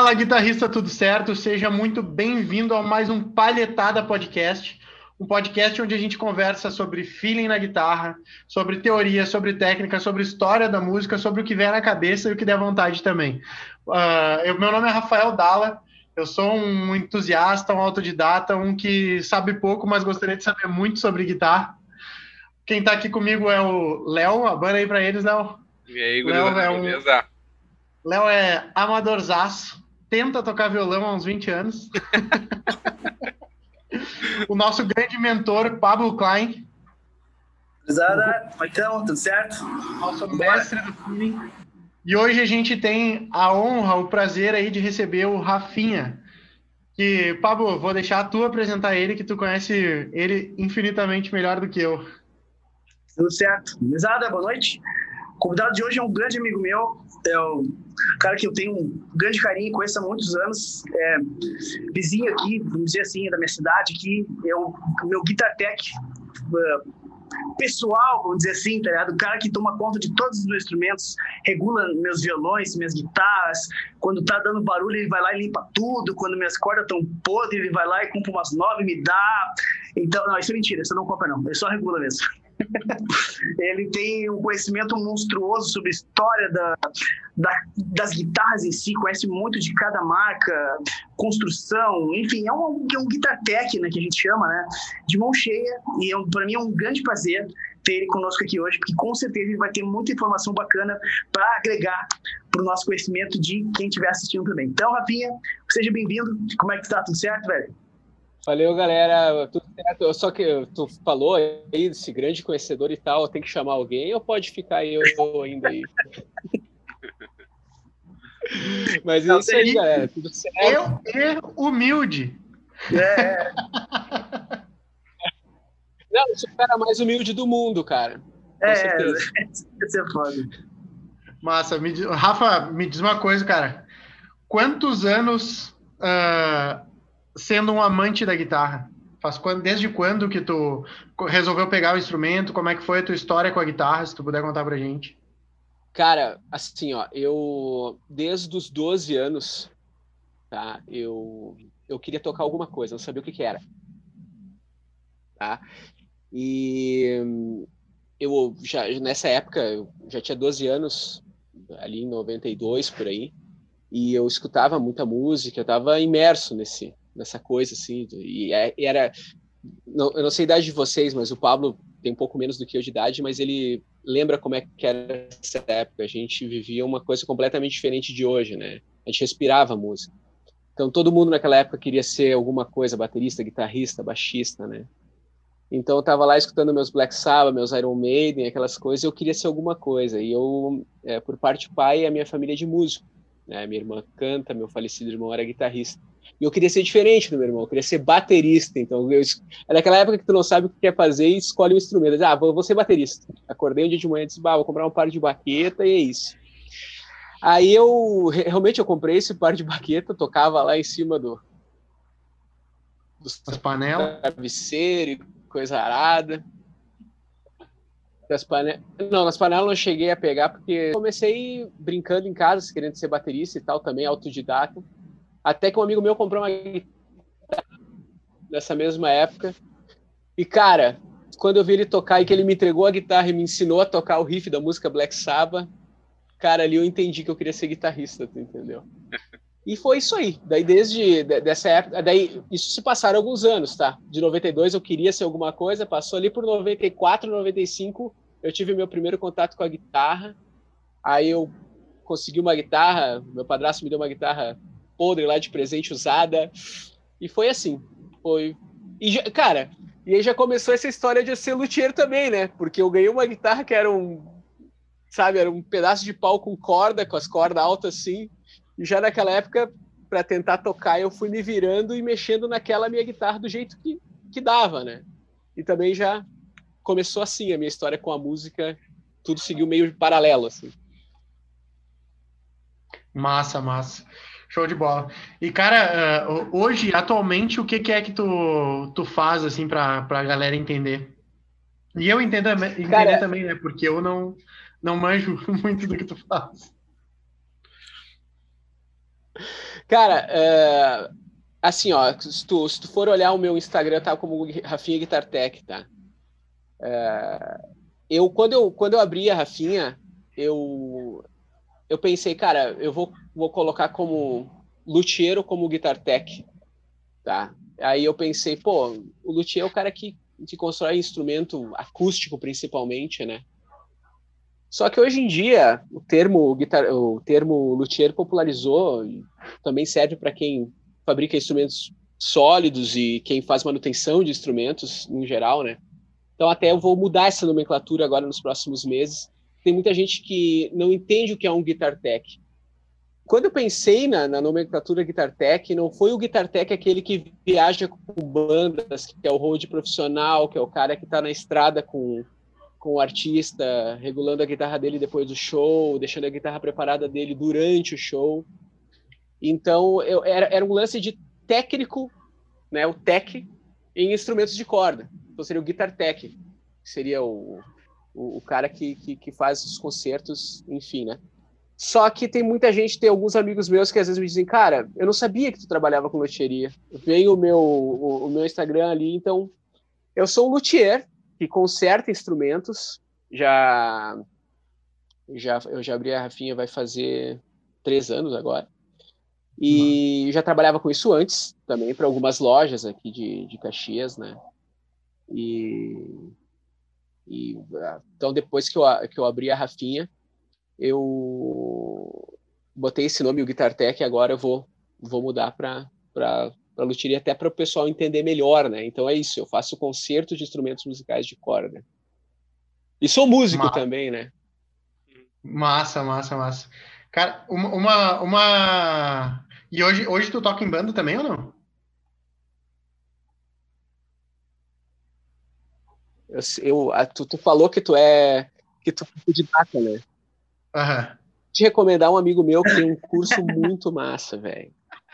Fala, guitarrista, tudo certo? Seja muito bem-vindo a mais um Palhetada Podcast, um podcast onde a gente conversa sobre feeling na guitarra, sobre teoria, sobre técnica, sobre história da música, sobre o que vier na cabeça e o que der vontade também. Meu nome é Rafael Dalla, eu sou um entusiasta, um autodidata, um que sabe pouco, mas gostaria de saber muito sobre guitarra. Quem está aqui comigo é o Léo, abana aí para eles, Léo. E aí, Léo gurizada, é beleza? Léo é amadorzaço, tenta tocar violão há uns 20 anos. O nosso grande mentor, Pablo Klein. Gurizada, como é que estão? Tudo certo? Nosso mestre do feeling. E hoje a gente tem a honra, o prazer aí de receber o Rafinha. Que, Pablo, vou deixar tu apresentar ele, que tu conhece ele infinitamente melhor do que eu. Tudo certo. Gurizada, boa noite. O convidado de hoje é um grande amigo meu, é um cara que eu tenho um grande carinho, conheço há muitos anos, vizinho aqui, vamos dizer assim, da minha cidade aqui, é o meu guitar tech pessoal, vamos dizer assim, tá ligado? O cara que toma conta de todos os meus instrumentos, regula meus violões, minhas guitarras, quando tá dando barulho ele vai lá e limpa tudo, quando minhas cordas estão podres ele vai lá e compra umas novas e me dá. Então, não, isso é mentira, isso não compra não, ele só regula mesmo. Ele tem um conhecimento monstruoso sobre a história das guitarras em si, conhece muito de cada marca, construção, enfim, é um guitar tech, né, que a gente chama, né, de mão cheia, e para mim é um grande prazer ter ele conosco aqui hoje, porque com certeza ele vai ter muita informação bacana para agregar para o nosso conhecimento de quem estiver assistindo também. Então, Rafinha, seja bem-vindo. Como é que tá? Tudo certo, velho? Valeu, galera. Tudo certo. Só que tu falou aí desse grande conhecedor e tal, tem que chamar alguém ou pode ficar eu ainda aí? Mas é isso aí, galera. Tudo certo. Eu humilde. Não, eu sou o cara mais humilde do mundo, cara. Com certeza. Isso é foda. Massa. Rafa, me diz uma coisa, cara. Quantos anos sendo um amante da guitarra? Desde quando que tu resolveu pegar o instrumento? Como é que foi a tua história com a guitarra? Se tu puder contar pra gente. Cara, assim, ó, eu desde os 12 anos, tá? Eu queria tocar alguma coisa, não sabia o que era. Tá? E eu já nessa época, eu já tinha 12 anos, ali em 92 por aí, e eu escutava muita música, eu estava imerso nessa coisa assim, e era eu não sei a idade de vocês, mas o Pablo tem um pouco menos do que eu de idade, mas ele lembra como é que era essa época. A gente vivia uma coisa completamente diferente de hoje, né? A gente respirava música. Então todo mundo naquela época queria ser alguma coisa, baterista, guitarrista, baixista, né? Então eu tava lá escutando meus Black Sabbath, meus Iron Maiden, aquelas coisas, e eu queria ser alguma coisa. E eu, por parte de pai, a minha família é de músico, né? Minha irmã canta, meu falecido irmão era guitarrista. E eu queria ser diferente do meu irmão, eu queria ser baterista. Então, é naquela época que tu não sabe o que quer fazer e escolhe um instrumento. Eu disse, vou ser baterista. Acordei um dia de manhã e disse, vou comprar um par de baqueta e é isso. Aí realmente eu comprei esse par de baqueta, tocava lá em cima dos panelas, travesseiro, coisa arada. Nas panelas eu não cheguei a pegar, porque comecei brincando em casa, querendo ser baterista e tal, também autodidata. Até que um amigo meu comprou uma guitarra nessa mesma época. E, cara, quando eu vi ele tocar e que ele me entregou a guitarra e me ensinou a tocar o riff da música Black Sabbath, cara, ali eu entendi que eu queria ser guitarrista, tu entendeu? E foi isso aí. Daí, desde dessa época, daí isso se passaram alguns anos, tá? De 92 eu queria ser alguma coisa, passou ali por 94, 95, eu tive meu primeiro contato com a guitarra. Aí eu consegui uma guitarra, meu padrasto me deu uma guitarra podre lá de presente usada, e foi assim, cara, e aí já começou essa história de eu ser luthier também, né, porque eu ganhei uma guitarra que era era um pedaço de pau com corda, com as cordas altas assim, e já naquela época, para tentar tocar, eu fui me virando e mexendo naquela minha guitarra do jeito que dava, né, e também já começou assim a minha história com a música, tudo seguiu meio paralelo, assim. Massa. Show de bola. E, cara, hoje, atualmente, o que é que tu faz, assim, pra galera entender? E eu entender também, né? Porque eu não manjo muito do que tu faz. Cara, assim, ó, se tu for olhar o meu Instagram, tá como Rafinha Guitar Tech, tá? Quando eu abri a Rafinha, eu pensei, cara, eu vou colocar como luthier ou como Guitar Tech, tá? Aí eu pensei, pô, o luthier é o cara que constrói instrumento acústico, principalmente, né? Só que hoje em dia, o termo luthier popularizou e também serve para quem fabrica instrumentos sólidos e quem faz manutenção de instrumentos em geral, né? Então até eu vou mudar essa nomenclatura agora nos próximos meses. Tem muita gente que não entende o que é um Guitar Tech. Quando eu pensei na nomenclatura Guitar Tech, não foi o Guitar Tech aquele que viaja com bandas, que é o road profissional, que é o cara que está na estrada com o artista, regulando a guitarra dele depois do show, deixando a guitarra preparada dele durante o show. Então, era um lance de técnico, né, o tech, em instrumentos de corda. Então, seria o Guitar Tech, que seria o cara que faz os concertos, enfim, né? Só que tem muita gente, tem alguns amigos meus que às vezes me dizem, cara, eu não sabia que tu trabalhava com luthieria. Vem o meu Instagram ali, então eu sou um luthier que conserta instrumentos. Eu já abri a Rafinha, vai fazer 3 anos agora. E já trabalhava com isso antes, também para algumas lojas aqui de Caxias, né? Então, depois que eu abri a Rafinha, eu botei esse nome, o Guitar Tech, e agora eu vou mudar para luthieria, até para o pessoal entender melhor, né? Então é isso, eu faço concerto de instrumentos musicais de corda. E sou músico também, né? Massa. Cara, E hoje tu toca em banda também ou não? Tu falou que tu é autodidata, né? Aham. Vou te recomendar um amigo meu que tem um curso muito massa, velho.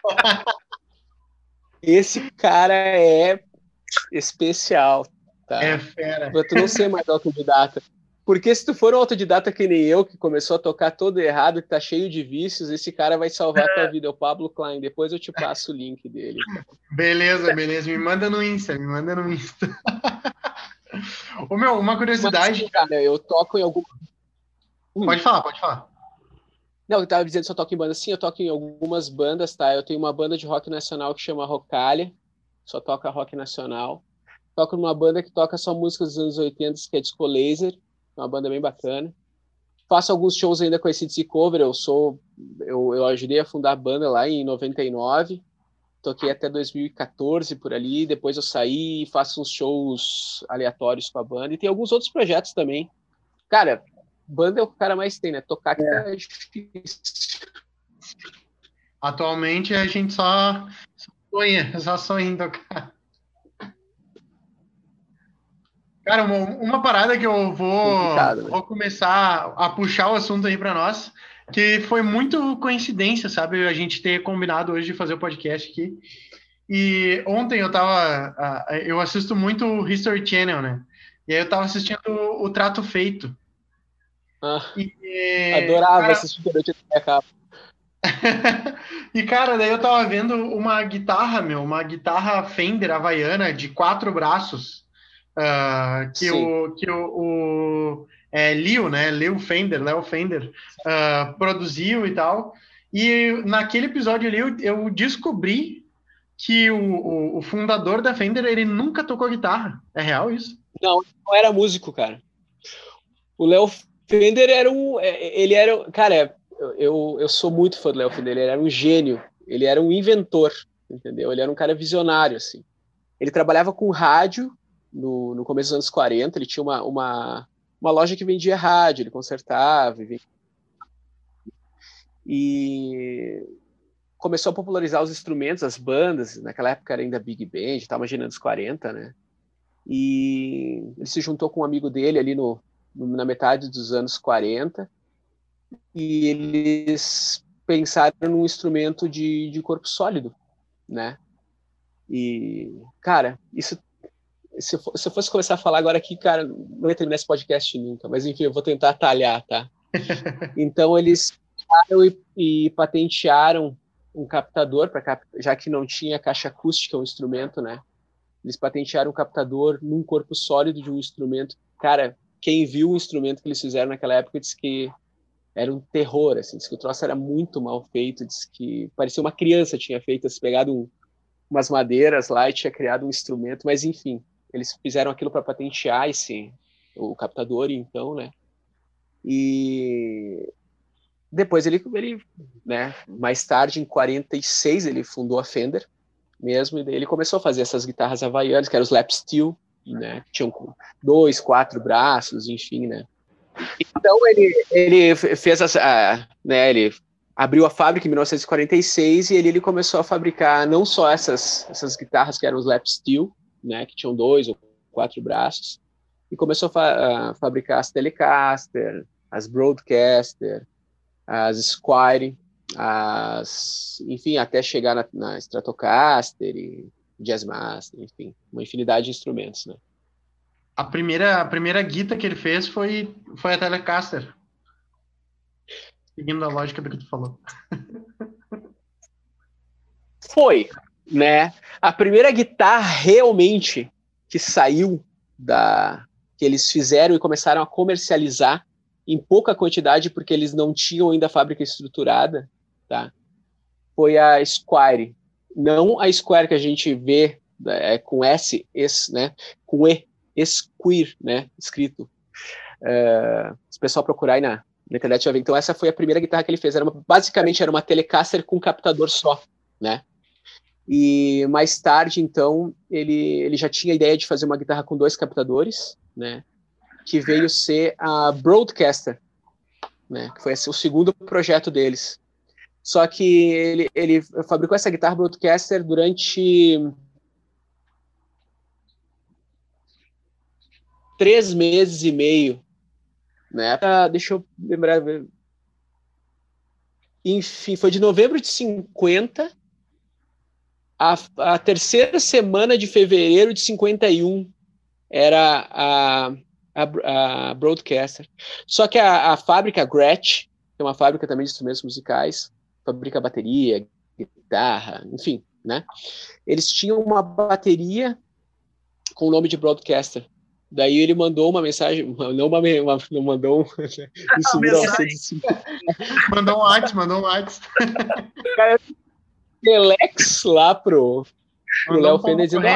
Esse cara é especial, tá? É fera. Pra tu não ser mais autodidata. Porque se tu for um autodidata que nem eu, que começou a tocar todo errado, que tá cheio de vícios, esse cara vai salvar a tua vida. É o Pablo Klein. Depois eu te passo o link dele. Beleza. Me manda no Insta. Ô, meu, uma curiosidade. Mas, cara, eu toco em algum... Pode falar. Não, eu tava dizendo se eu toco em banda. Sim, eu toco em algumas bandas, tá? Eu tenho uma banda de rock nacional que chama Rocalha, só toca rock nacional. Toco numa banda que toca só músicas dos anos 80, que é Disco Laser, uma banda bem bacana. Faço alguns shows ainda com esse DC Cover, eu ajudei a fundar a banda lá em 99, toquei até 2014 por ali, depois eu saí e faço uns shows aleatórios com a banda, e tem alguns outros projetos também. Cara, banda é o que o cara mais tem, né? Tocar que é difícil. Atualmente a gente só sonha em tocar. Cara, uma parada que eu vou começar a puxar o assunto aí para nós, que foi muito coincidência, sabe? A gente ter combinado hoje de fazer o podcast aqui. E ontem eu assisto muito o History Channel, né? E aí eu tava assistindo o Trato Feito. Adorava assistir durante a minha capa. E, cara, daí eu tava vendo uma guitarra Fender havaiana de 4 braços, Léo Fender, produziu e tal. E naquele episódio ali eu descobri que o fundador da Fender, ele nunca tocou guitarra. É real isso? Não era músico, cara. O Léo Fender cara, eu sou muito fã do Léo Fender, ele era um gênio, ele era um inventor, entendeu? Ele era um cara visionário, assim. Ele trabalhava com rádio no começo dos anos 40, ele tinha uma loja que vendia rádio, ele consertava, e começou a popularizar os instrumentos, as bandas, naquela época era ainda Big Band, estava imaginando os 40, né? E ele se juntou com um amigo dele ali na metade dos anos 40, e eles pensaram num instrumento de corpo sólido, né? E, cara, isso, se eu fosse começar a falar agora aqui, cara, não ia terminar esse podcast nunca, mas enfim, eu vou tentar atalhar, tá? Então eles e patentearam um captador, já que não tinha caixa acústica, um instrumento, né? Eles patentearam um captador num corpo sólido de um instrumento. Cara, quem viu o instrumento que eles fizeram naquela época disse que era um terror, assim, disse que o troço era muito mal feito, disse que parecia uma criança tinha feito, assim, pegado umas madeiras lá e tinha criado um instrumento, mas enfim, eles fizeram aquilo para patentear o captador, então, né? E depois ele, né, mais tarde, em 46, ele fundou a Fender mesmo, e daí ele começou a fazer essas guitarras havaianas, que eram os lap steel, né, que tinham 2, 4 braços, enfim, né. Então ele fez né, ele abriu a fábrica em 1946 e ele começou a fabricar não só essas guitarras que eram os lap steel, né, que tinham 2 ou 4 braços, e começou a fabricar as Telecaster, as Broadcaster, as Squier, enfim, até chegar na Stratocaster e Jazzmaster, enfim, uma infinidade de instrumentos, né. A primeira guitarra que ele fez foi a Telecaster. Seguindo a lógica do que tu falou. Foi, né? A primeira guitarra realmente que saiu que eles fizeram e começaram a comercializar em pouca quantidade, porque eles não tinham ainda a fábrica estruturada, tá? Foi a Squier. Não a Squier que a gente vê com S, né? Com E, Squier, né? Escrito. Se o pessoal procurar aí na internet vai ver. Então essa foi a primeira guitarra que ele fez. Basicamente era uma Telecaster com captador só, né? E mais tarde, então, ele já tinha a ideia de fazer uma guitarra com 2 captadores, né? Que veio ser a Broadcaster, né? Que foi o segundo projeto deles. Só que ele fabricou essa guitarra Broadcaster durante 3 meses e meio, né? Deixa eu lembrar. Enfim, foi de novembro de 50 a terceira semana de fevereiro de 51 era a Broadcaster. Só que a fábrica Gretsch, que é uma fábrica também de instrumentos musicais, fabrica bateria, guitarra, enfim, né? Eles tinham uma bateria com o nome de Broadcaster. Daí ele mandou uma mensagem, não mandou isso mandou um WhatsApp. Cara, telex lá pro Léo Fender dizendo,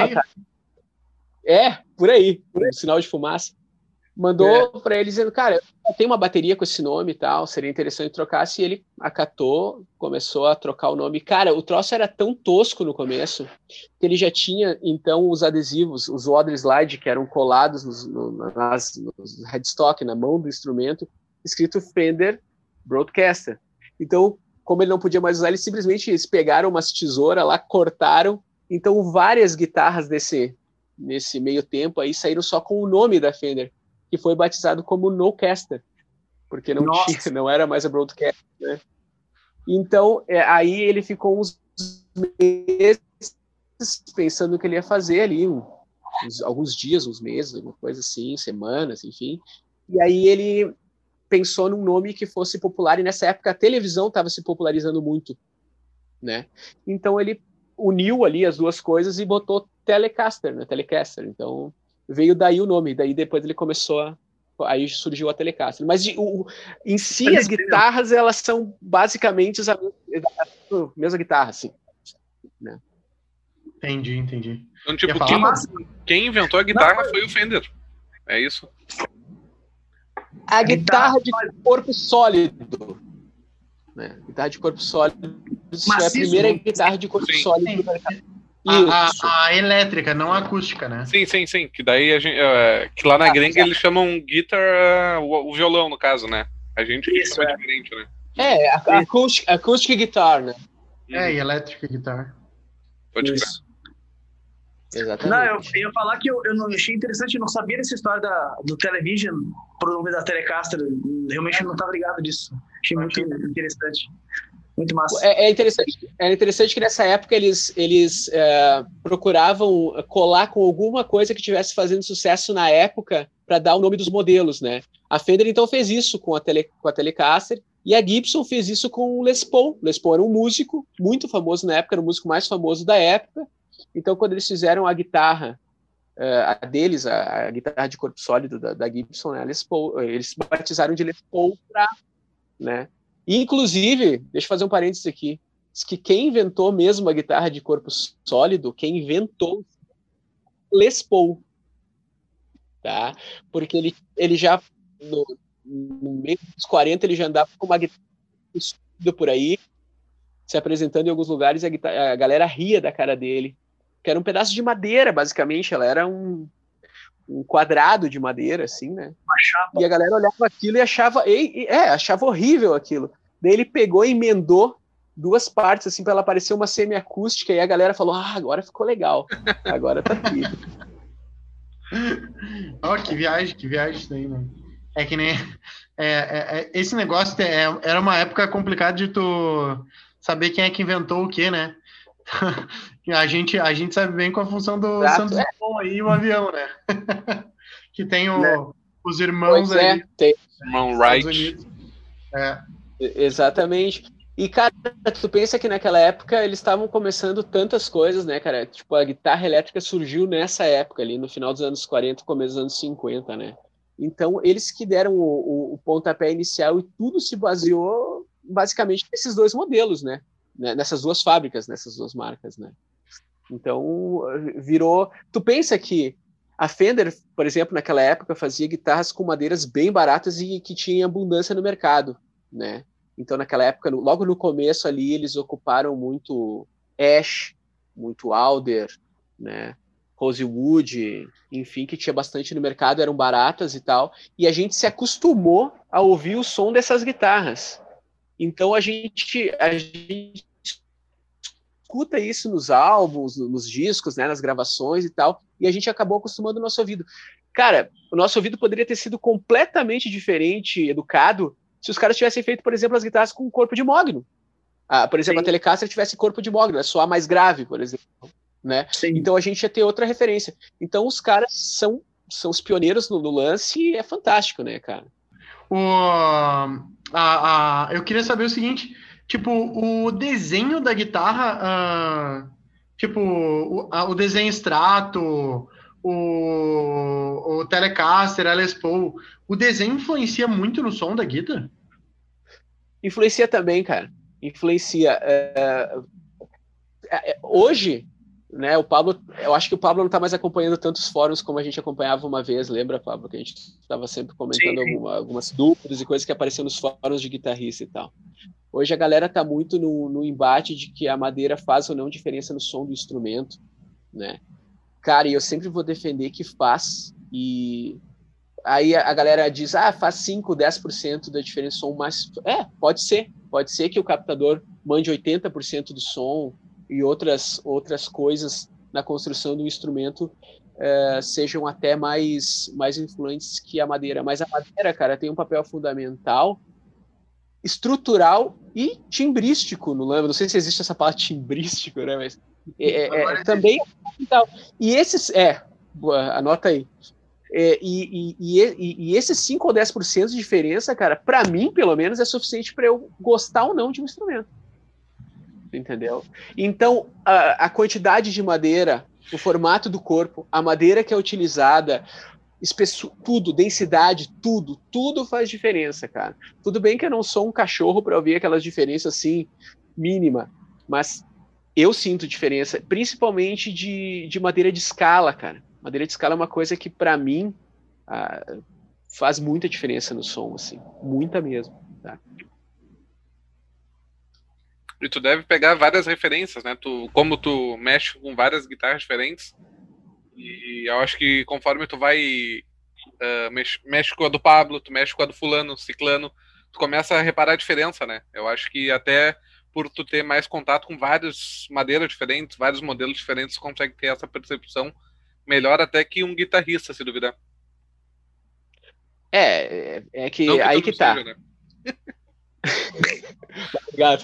por aí, um sinal de fumaça. Mandou para ele dizendo, cara, eu tenho uma bateria com esse nome e tal, seria interessante trocar. Se ele acatou, começou a trocar o nome. Cara, o troço era tão tosco no começo que ele já tinha, então, os adesivos, os Water Slide, que eram colados nos headstock, na mão do instrumento, escrito Fender Broadcaster. Então, como ele não podia mais usar, eles pegaram umas tesouras lá, cortaram. Então, várias guitarras nesse meio tempo aí saíram só com o nome da Fender, que foi batizado como Nocaster, porque não era mais a Broadcaster, né? Então, aí ele ficou uns meses pensando o que ele ia fazer ali, alguns dias, uns meses, alguma coisa assim, semanas, enfim. E aí ele pensou num nome que fosse popular, e nessa época a televisão estava se popularizando muito, né? Então ele uniu ali as duas coisas e botou Telecaster, né? Telecaster. Então veio daí o nome, daí depois ele começou aí surgiu a Telecaster. Mas em si as guitarras, elas são basicamente a mesma guitarra, assim, né? Entendi. Então, tipo, quem inventou a guitarra foi o Fender. É isso? A guitarra de corpo sólido. Né? Guitarra de corpo sólido. Isso é a primeira guitarra de corpo sólido. A elétrica, não a acústica, né? Sim. Que daí a gente, que lá na gringa eles chamam guitar o violão, no caso, né? A gente chama diferente, né? Acoustic guitar, né? E electric guitar. Pode crer. Exatamente. Não, eu ia falar que eu não achei interessante, eu não sabia dessa história do Television, promover da Telecaster, realmente não estava ligado disso. Achei muito interessante. Muito massa. É interessante que nessa época eles procuravam colar com alguma coisa que estivesse fazendo sucesso na época para dar o nome dos modelos, né? A Fender então fez isso com a Telecaster, E a Gibson fez isso com o Les Paul. O Les Paul era um músico muito famoso na época, era o músico mais famoso da época. Então, quando eles fizeram a guitarra a deles, a guitarra de corpo sólido da Gibson, né, Les Paul, eles batizaram de Les Paul né? E, inclusive, deixa eu fazer um parênteses aqui, diz que quem inventou mesmo a guitarra de corpo sólido, quem inventou Les Paul, tá? Porque ele já, no meio dos 40, ele já andava com uma guitarra por aí, se apresentando em alguns lugares, a galera ria da cara dele, que era um pedaço de madeira, basicamente, ela era um quadrado de madeira, assim, né? Uma chapa. E a galera olhava aquilo e achava horrível aquilo. Daí ele pegou e emendou 2 partes, assim, para ela parecer uma semiacústica, e a galera falou, agora ficou legal, agora tá aqui. Que viagem isso daí, mano. É que nem... esse negócio era uma época complicada de tu saber quem é que inventou o quê, né? A gente sabe bem com a função do Santos Dumont aí, o avião, né? Que tem os irmãos aí. Tem irmão Wright. Exatamente. E, cara, tu pensa que naquela época eles estavam começando tantas coisas, né, cara? Tipo, a guitarra elétrica surgiu nessa época ali, no final dos anos 40, começo dos anos 50, né? Então, eles que deram o pontapé inicial, e tudo se baseou basicamente nesses 2 modelos, né? Nessas 2 fábricas, nessas 2 marcas, né? Então, virou... Tu pensa que a Fender, por exemplo, naquela época, fazia guitarras com madeiras bem baratas e que tinha abundância no mercado, né? Então, naquela época, logo no começo ali, eles ocuparam muito ash, muito alder, né? Rosewood, enfim, que tinha bastante no mercado, eram baratas e tal, e a gente se acostumou a ouvir o som dessas guitarras. Então, a gente escuta isso nos álbuns, nos discos, né, nas gravações e tal, e a gente acabou acostumando o nosso ouvido. Cara, o nosso ouvido poderia ter sido completamente diferente, educado, se os caras tivessem feito, por exemplo, as guitarras com corpo de mogno. Por exemplo, a Telecaster tivesse corpo de mogno, é soar mais grave, por exemplo. Né? Então a gente ia ter outra referência. Então os caras são os pioneiros no lance e é fantástico, né, cara? Eu queria saber o seguinte, tipo, o desenho da guitarra, tipo, o desenho Strato, o Telecaster, a Les Paul, o desenho influencia muito no som da guitarra? Influencia também, cara. Influencia. Hoje, né, o Pablo, eu acho que o Pablo não está mais acompanhando tantos fóruns como a gente acompanhava uma vez, lembra, Pablo? Que a gente estava sempre comentando algumas dúvidas e coisas que apareciam nos fóruns de guitarrista e tal. Hoje a galera está muito no embate de que a madeira faz ou não diferença no som do instrumento, né? Cara, e eu sempre vou defender que faz, e aí a galera diz, faz 5, 10% da diferença do som, mas pode ser que o captador mande 80% do som, e outras coisas na construção do instrumento sejam até mais influentes que a madeira. Mas a madeira, cara, tem um papel fundamental, estrutural e timbrístico no lâmina. Não sei se existe essa palavra timbrístico, né? Mas também. E esses... anota aí. E esses 5 ou 10% de diferença, cara, para mim, pelo menos, é suficiente para eu gostar ou não de um instrumento. Entendeu? Então, a quantidade de madeira, o formato do corpo, a madeira que é utilizada, tudo, densidade, tudo faz diferença, cara. Tudo bem que eu não sou um cachorro para ouvir aquelas diferenças assim, mínima, mas eu sinto diferença, principalmente de madeira de escala, cara. Madeira de escala é uma coisa que, para mim, faz muita diferença no som, assim, muita mesmo, tá? E tu deve pegar várias referências, né? Como tu mexe com várias guitarras diferentes, e eu acho que conforme tu vai mexe com a do Pablo, tu mexe com a do fulano, ciclano, tu começa a reparar a diferença, né? Eu acho que até por tu ter mais contato com várias madeiras diferentes, vários modelos diferentes, tu consegue ter essa percepção melhor até que um guitarrista, se duvidar. É que aí que tá. Seja, né? Obrigado.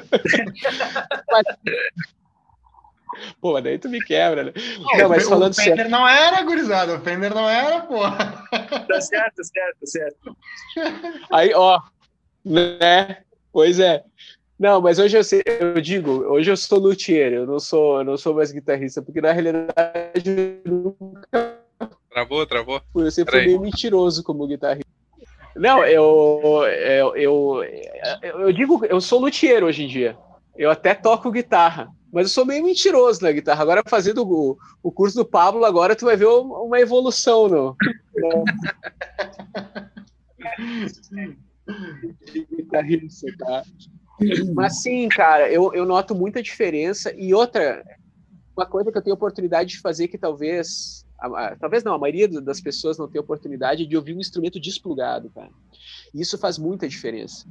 Pô, mas daí tu me quebra, né? Não, mas falando sério. O Fender não era, gurizada. O Fender não era, porra. Tá certo. Aí, ó. Né? Pois é. Não, mas hoje hoje eu sou luthier, eu não sou mais guitarrista, porque na realidade Travou. eu sempre fui meio mentiroso como guitarrista. Não, eu digo, eu sou luthier hoje em dia. Eu até toco guitarra, mas eu sou meio mentiroso na guitarra. Agora, fazendo o curso do Pablo, agora tu vai ver uma evolução no de guitarrista, tá? Mas sim, cara, eu noto muita diferença. E outra, uma coisa que eu tenho oportunidade de fazer que talvez não, a maioria das pessoas não tem oportunidade de ouvir um instrumento desplugado, cara. E isso faz muita diferença.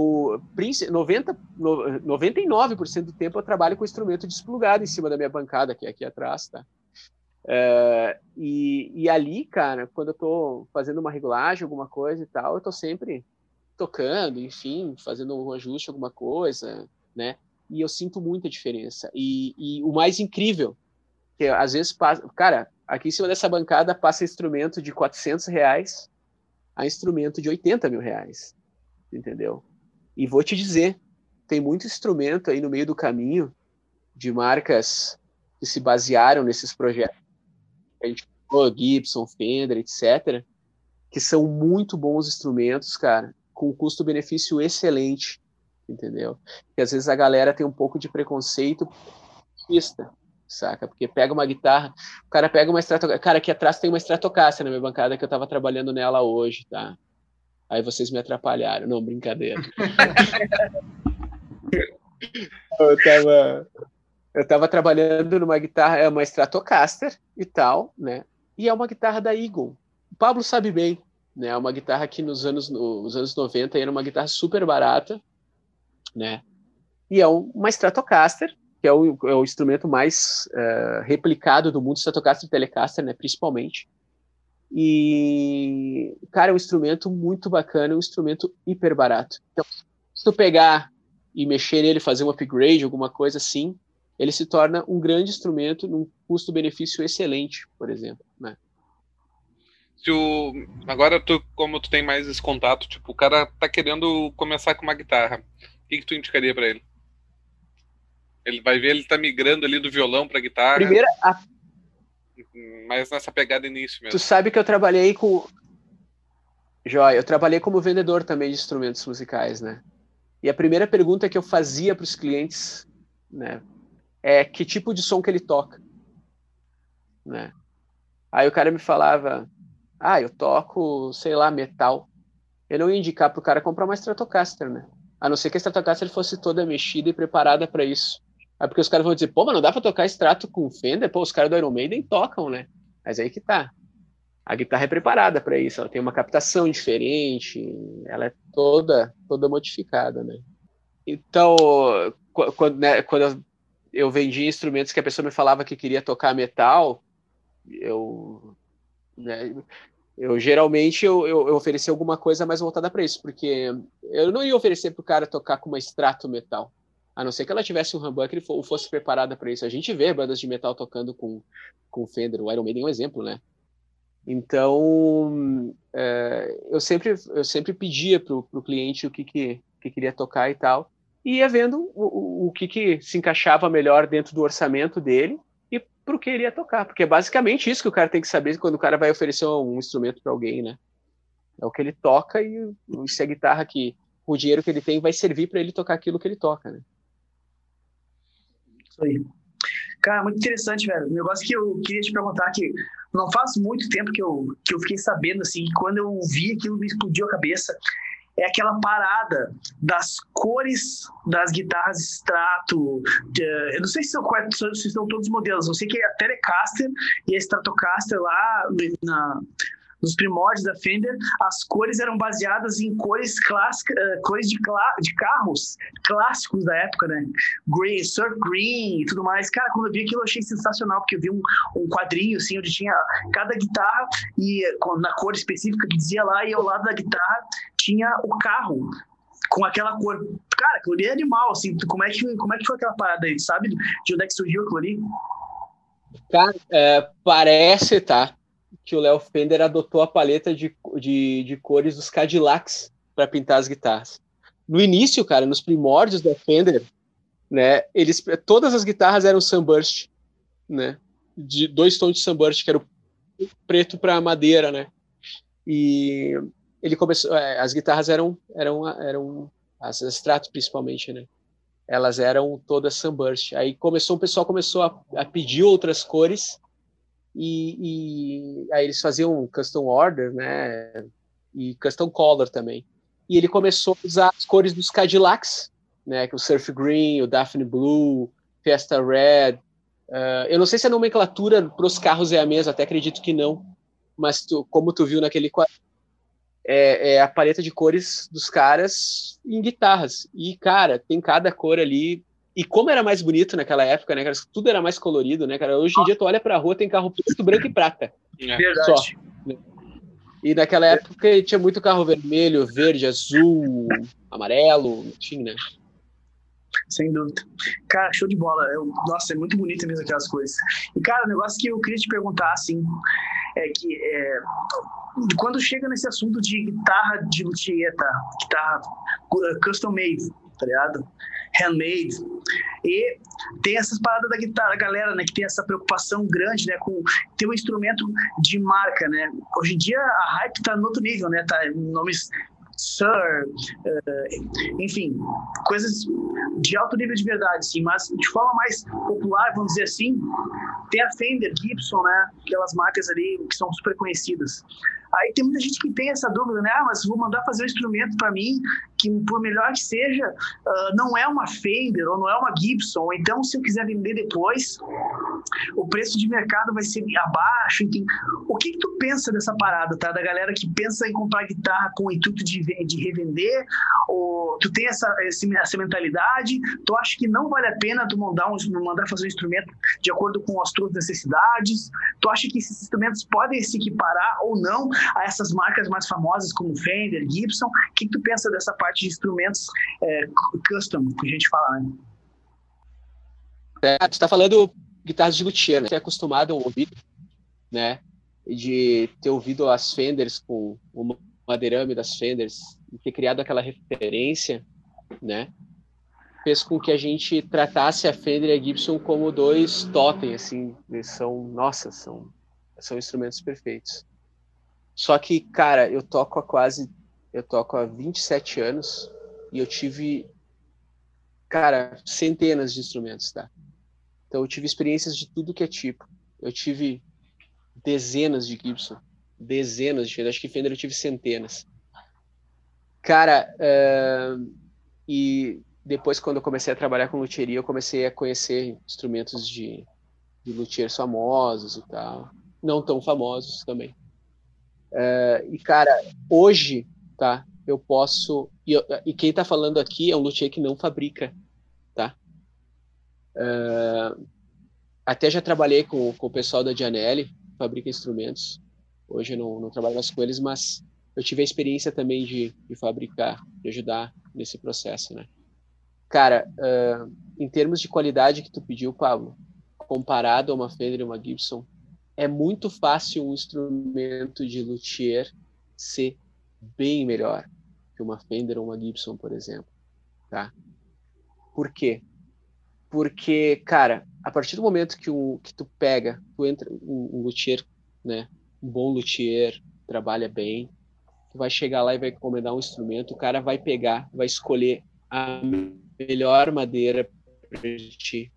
99% do tempo eu trabalho com instrumento desplugado em cima da minha bancada, que é aqui atrás, tá? E ali, cara, quando eu tô fazendo uma regulagem, alguma coisa e tal, eu tô sempre tocando, enfim, fazendo um ajuste, alguma coisa, né? E eu sinto muita diferença. E o mais incrível, que às vezes passa... Cara, aqui em cima dessa bancada passa instrumento de R$400 a instrumento de R$80 mil, entendeu? E vou te dizer, tem muito instrumento aí no meio do caminho de marcas que se basearam nesses projetos. A gente falou, Gibson, Fender, etc., que são muito bons instrumentos, cara, com custo-benefício excelente, entendeu? Porque às vezes a galera tem um pouco de preconceito pista, saca? Porque pega uma guitarra, o cara pega uma Stratocaster, cara, aqui atrás tem uma Stratocaster na minha bancada que eu tava trabalhando nela hoje, tá? Aí vocês me atrapalharam. Não, brincadeira. Eu tava trabalhando numa guitarra, é uma Stratocaster e tal, né? E é uma guitarra da Eagle. O Pablo sabe bem, né? É uma guitarra que nos anos 90 era uma guitarra super barata, né? E é uma Stratocaster, que é o instrumento mais replicado do mundo, Stratocaster e Telecaster, né? Principalmente. E, cara, é um instrumento muito bacana, um instrumento hiper barato. Então, se tu pegar e mexer nele, fazer um upgrade, alguma coisa assim, ele se torna um grande instrumento num custo-benefício excelente, por exemplo, né? Agora, como tu tem mais esse contato, tipo, o cara tá querendo começar com uma guitarra, o que tu indicaria pra ele? Ele vai ver, ele tá migrando ali do violão pra guitarra. Mas nessa pegada início mesmo. Tu sabe que eu trabalhei eu trabalhei como vendedor também de instrumentos musicais, né? E a primeira pergunta que eu fazia para os clientes, né, é que tipo de som que ele toca, né? Aí o cara me falava, eu toco, sei lá, metal. Eu não ia indicar pro cara comprar uma Stratocaster, né? A não ser que a Stratocaster fosse toda mexida e preparada para isso. Aí porque os caras vão dizer, pô, mas não dá pra tocar Strato com Fender? Pô, os caras do Iron Maiden tocam, né? Mas aí que tá. A guitarra é preparada para isso, ela tem uma captação diferente, ela é toda modificada, né? Então, quando eu vendia instrumentos que a pessoa me falava que queria tocar metal, eu geralmente eu oferecia alguma coisa mais voltada para isso, porque eu não ia oferecer pro cara tocar com uma Strato metal. A não ser que ela tivesse um humbucker e fosse preparada para isso. A gente vê bandas de metal tocando com Fender. O Iron Maiden é um exemplo, né? Então, eu sempre pedia pro cliente o que queria tocar e tal. E ia vendo o que se encaixava melhor dentro do orçamento dele e pro que iria tocar. Porque é basicamente isso que o cara tem que saber quando o cara vai oferecer um instrumento para alguém, né? É o que ele toca e se a guitarra o dinheiro que ele tem vai servir para ele tocar aquilo que ele toca, né? Isso aí. Cara, muito interessante, velho. Um negócio que eu queria te perguntar, que não faz muito tempo que eu fiquei sabendo, assim, e quando eu vi aquilo me explodiu a cabeça, é aquela parada das cores das guitarras Strato. Eu não sei se são todos os modelos, eu sei que é a Telecaster e a Stratocaster lá nos primórdios da Fender, as cores eram baseadas em cores clássicas, cores de carros clássicos da época, né? Green, Surf Green e tudo mais. Cara, quando eu vi aquilo eu achei sensacional, porque eu vi um quadrinho assim, onde tinha cada guitarra e na cor específica que dizia lá, e ao lado da guitarra tinha o carro com aquela cor. Cara, aquilo ali é animal, assim. Como é que foi aquela parada aí? Sabe de onde é que surgiu aquilo ali? Cara, parece, tá? Que o Léo Fender adotou a paleta de cores dos Cadillacs para pintar as guitarras. no início, cara, nos primórdios da Fender, né, todas as guitarras eram Sunburst, né, de 2 tons de Sunburst, que era o preto para madeira, né, e ele começou, as guitarras eram as Strato principalmente, né, elas eram todas Sunburst. Aí o pessoal começou a pedir outras cores, e aí eles faziam custom order, né, e custom color também. E ele começou a usar as cores dos Cadillacs, né, que o Surf Green, o Daphne Blue, Fiesta Red. Eu não sei se a nomenclatura para os carros é a mesma, até acredito que não, mas como tu viu naquele quadro, é a paleta de cores dos caras em guitarras. E, cara, tem cada cor ali. E como era mais bonito naquela época, né, cara? Tudo era mais colorido, né, cara? Hoje em dia tu olha pra rua, tem carro preto, branco e prata. Verdade. Só, né? E naquela época tinha muito carro vermelho, verde, azul, amarelo, enfim, né? Sem dúvida. Cara, show de bola. Nossa, é muito bonito mesmo aquelas coisas. E, cara, o negócio que eu queria te perguntar, assim, é que quando chega nesse assunto de guitarra de luthier, tá? Guitarra custom made, tá ligado? Handmade. E tem essas paradas da guitarra, galera, né, que tem essa preocupação grande, né, com ter um instrumento de marca, né? Hoje em dia a hype tá no outro nível, né? Tá nomes Sir, enfim, coisas de alto nível de verdade, sim, mas de forma mais popular, vamos dizer assim, tem a Fender, Gibson, né, aquelas marcas ali que são super conhecidas. Aí tem muita gente que tem essa dúvida, né, mas vou mandar fazer um instrumento para mim, que por melhor que seja, não é uma Fender, ou não é uma Gibson, ou então se eu quiser vender depois, o preço de mercado vai ser abaixo, enfim. O que tu pensa dessa parada, tá? Da galera que pensa em comprar guitarra com o intuito de revender, ou tu tem essa mentalidade, tu acha que não vale a pena tu mandar fazer um instrumento de acordo com as tuas necessidades, tu acha que esses instrumentos podem se equiparar ou não a essas marcas mais famosas como Fender, Gibson? O que tu pensa dessa parte de instrumentos custom, que a gente fala, né? Tu tá falando guitarras de luthier, né? Você é acostumado a ouvir, né? De ter ouvido as Fenders com o madeirame das Fenders e ter criado aquela referência, né? Fez com que a gente tratasse a Fender e a Gibson como 2 totem, assim. Eles são instrumentos perfeitos. Só que, cara, eu toco há 27 anos e eu tive, cara, centenas de instrumentos, tá? Então eu tive experiências de tudo que é tipo. Eu tive dezenas de Gibson, acho que Fender eu tive centenas. Cara, e depois quando eu comecei a trabalhar com luthieria, eu comecei a conhecer instrumentos de luthiers famosos e tal. Não tão famosos também. E, cara, hoje, tá, eu posso... E quem tá falando aqui é um luthier que não fabrica, tá? Até já trabalhei com o pessoal da Gianelli, que fabrica instrumentos. Hoje eu não trabalho mais com eles, mas eu tive a experiência também de fabricar, de ajudar nesse processo, né? Cara, em termos de qualidade que tu pediu, Pablo, comparado a uma Fender e uma Gibson, é muito fácil um instrumento de luthier ser bem melhor que uma Fender ou uma Gibson, por exemplo, tá? Por quê? Porque, cara, a partir do momento que tu entra um luthier, né, um bom luthier, trabalha bem, tu vai chegar lá e vai encomendar um instrumento, o cara vai pegar, vai escolher a melhor madeira para ti,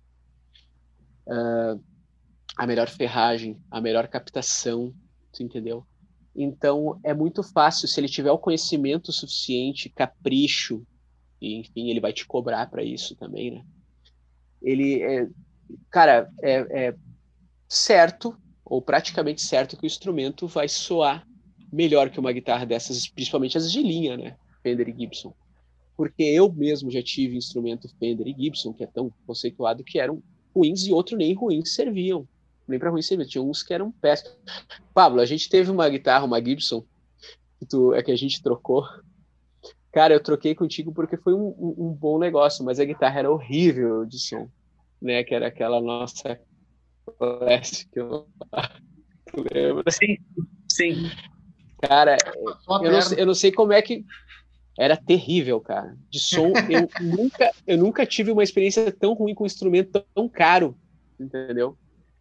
a melhor ferragem, a melhor captação, tu entendeu? Então, é muito fácil, se ele tiver o conhecimento suficiente, capricho, e, enfim, ele vai te cobrar para isso também, né? Cara, é certo, ou praticamente certo, que o instrumento vai soar melhor que uma guitarra dessas, principalmente as de linha, né? Fender e Gibson. Porque eu mesmo já tive instrumento Fender e Gibson, que é tão conceituado, que eram ruins, e outros nem ruins serviam. Nem para ruins serviam. Tinha uns que eram péssimos. Pablo, a gente teve uma guitarra, uma Gibson, que a gente trocou. Cara, eu troquei contigo porque foi um bom negócio, mas a guitarra era horrível de som, né? Que era aquela nossa Classic. Tu lembra? Sim. Cara, eu não sei como é que... Era terrível, cara. De som, eu nunca tive uma experiência tão ruim com um instrumento tão caro, entendeu?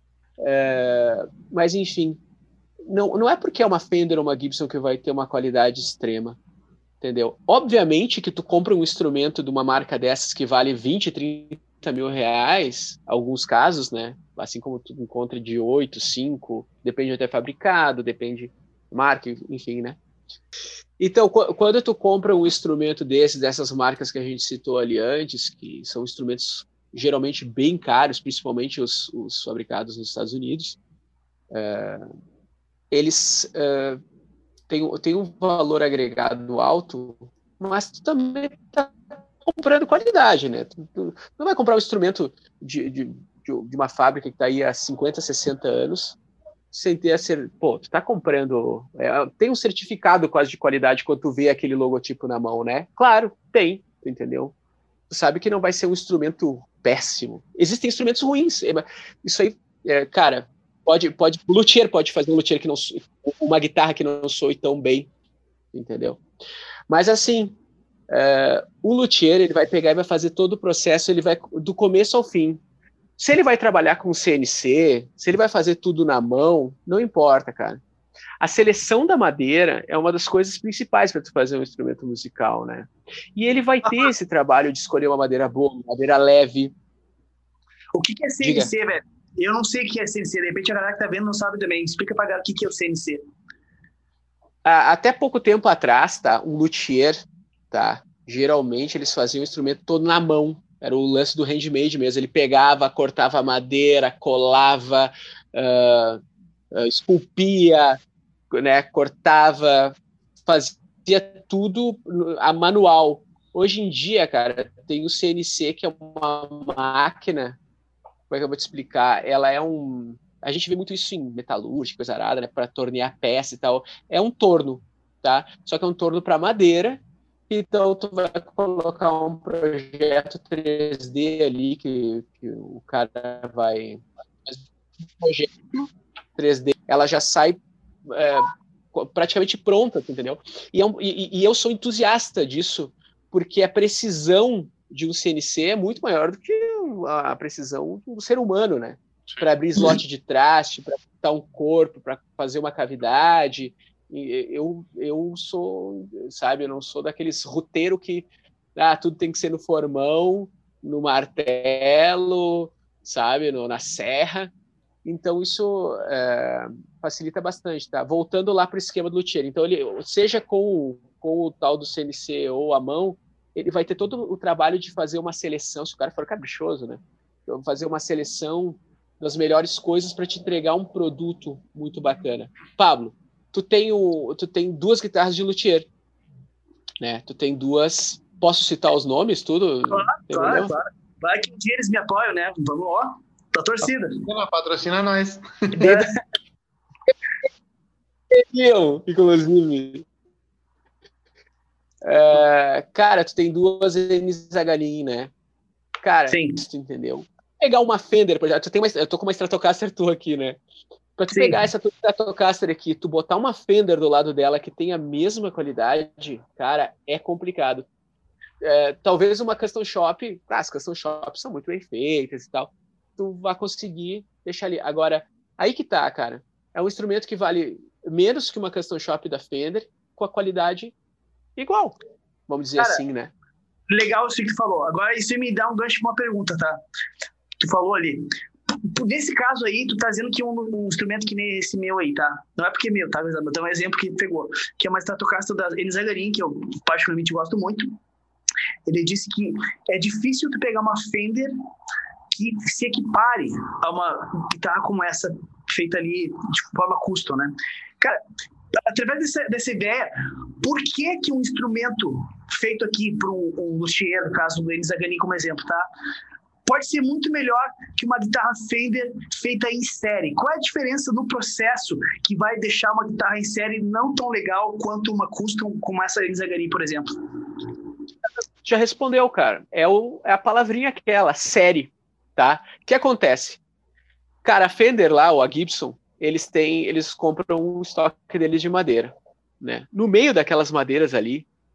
Mas, enfim, não é porque é uma Fender ou uma Gibson que vai ter uma qualidade extrema, entendeu? Obviamente que tu compra um instrumento de uma marca dessas que vale 20, 30 mil reais, alguns casos, né? Assim como tu encontra de 8, 5, depende até fabricado, depende marca, enfim, né? Então, quando tu compra um instrumento dessas marcas que a gente citou ali antes, que são instrumentos geralmente bem caros, principalmente os fabricados nos Estados Unidos, eles têm um valor agregado alto, mas tu também está comprando qualidade, né? Tu não vai comprar um instrumento de uma fábrica que está aí há 50, 60 anos, sem ter pô, tu tá comprando, tem um certificado quase de qualidade quando tu vê aquele logotipo na mão, né? Claro, tem, entendeu? Tu sabe que não vai ser um instrumento péssimo. Existem instrumentos ruins, isso aí, cara, o luthier pode fazer um luthier que não, uma guitarra que não soe tão bem, entendeu? Mas assim, o luthier, ele vai pegar e vai fazer todo o processo, ele vai do começo ao fim. Se ele vai trabalhar com CNC, se ele vai fazer tudo na mão, não importa, cara. A seleção da madeira é uma das coisas principais para tu fazer um instrumento musical, né? E ele vai ter esse trabalho de escolher uma madeira boa, uma madeira leve. O que é CNC, velho? Eu não sei o que é CNC. De repente a galera que tá vendo não sabe também. Explica pra galera o que é o CNC. Até pouco tempo atrás, tá? Um luthier, tá? Geralmente eles faziam o instrumento todo na mão. Era o lance do handmade mesmo. Ele pegava, cortava a madeira, colava, esculpia, né? Cortava, fazia tudo a manual. Hoje em dia, cara, tem o CNC, que é uma máquina. Como é que eu vou te explicar? Ela é a gente vê muito isso em metalúrgica, coisa arada, né? Para tornear peça e tal. É um torno, tá? Só que é um torno para madeira. Então, tu vai colocar um projeto 3D ali, que o cara vai fazer um projeto 3D, ela já sai praticamente pronta, entendeu? E eu sou entusiasta disso, porque a precisão de um CNC é muito maior do que a precisão do ser humano, né? Para abrir slot de traste, para botar um corpo, para fazer uma cavidade. Eu sou, sabe, eu não sou daqueles roteiros que tudo tem que ser no formão, no martelo, sabe, na serra. Então isso facilita bastante, tá? Voltando lá para o esquema do luthier. Então, seja com o tal do CNC ou a mão, ele vai ter todo o trabalho de fazer uma seleção, se o cara for caprichoso, né? Então, fazer uma seleção das melhores coisas para te entregar um produto muito bacana. Pablo, tu tem 2 guitarras de luthier, né? Tu tem 2... Posso citar os nomes, tudo? Claro. Vai que um dia eles me apoiam, né? Vamos lá. Tá torcida. Patrocina nós. Eu, inclusive. Cara, tu tem 2 NZHLin, né? Cara, sim. Tu entendeu? Pegar uma Fender, por exemplo, eu tô com uma Stratocaster tua aqui, né? Pra tu pegar essa tua Stratocaster aqui, tu botar uma Fender do lado dela que tem a mesma qualidade, cara, é complicado. Talvez uma Custom Shop, as Custom Shops são muito bem feitas e tal, tu vai conseguir deixar ali. Agora, aí que tá, cara, é um instrumento que vale menos que uma Custom Shop da Fender, com a qualidade igual, vamos dizer, cara, assim, né? Legal isso que tu falou. Agora, isso me dá um gancho pra uma pergunta, tá? Tu falou ali. Nesse caso aí, tu tá dizendo que um instrumento que nem esse meu aí, tá? Não é porque é meu, tá? Mas tem um exemplo que pegou, que é uma Stratocaster da NZHLin, que eu particularmente gosto muito. Ele disse que é difícil tu pegar uma Fender que se equipare a uma guitarra como essa, feita ali de forma custom, né? Cara, através dessa ideia, por que um instrumento feito aqui para um luthier, no caso do NZHLin como exemplo, tá? Pode ser muito melhor que uma guitarra Fender feita em série. Qual é a diferença no processo que vai deixar uma guitarra em série não tão legal quanto uma custom como essa NZHLin, por exemplo? Já respondeu, cara. É a palavrinha aquela, série, tá? O que acontece? Cara, a Fender lá, ou a Gibson, eles compram um estoque deles de madeira, né? No meio daquelas madeiras ali,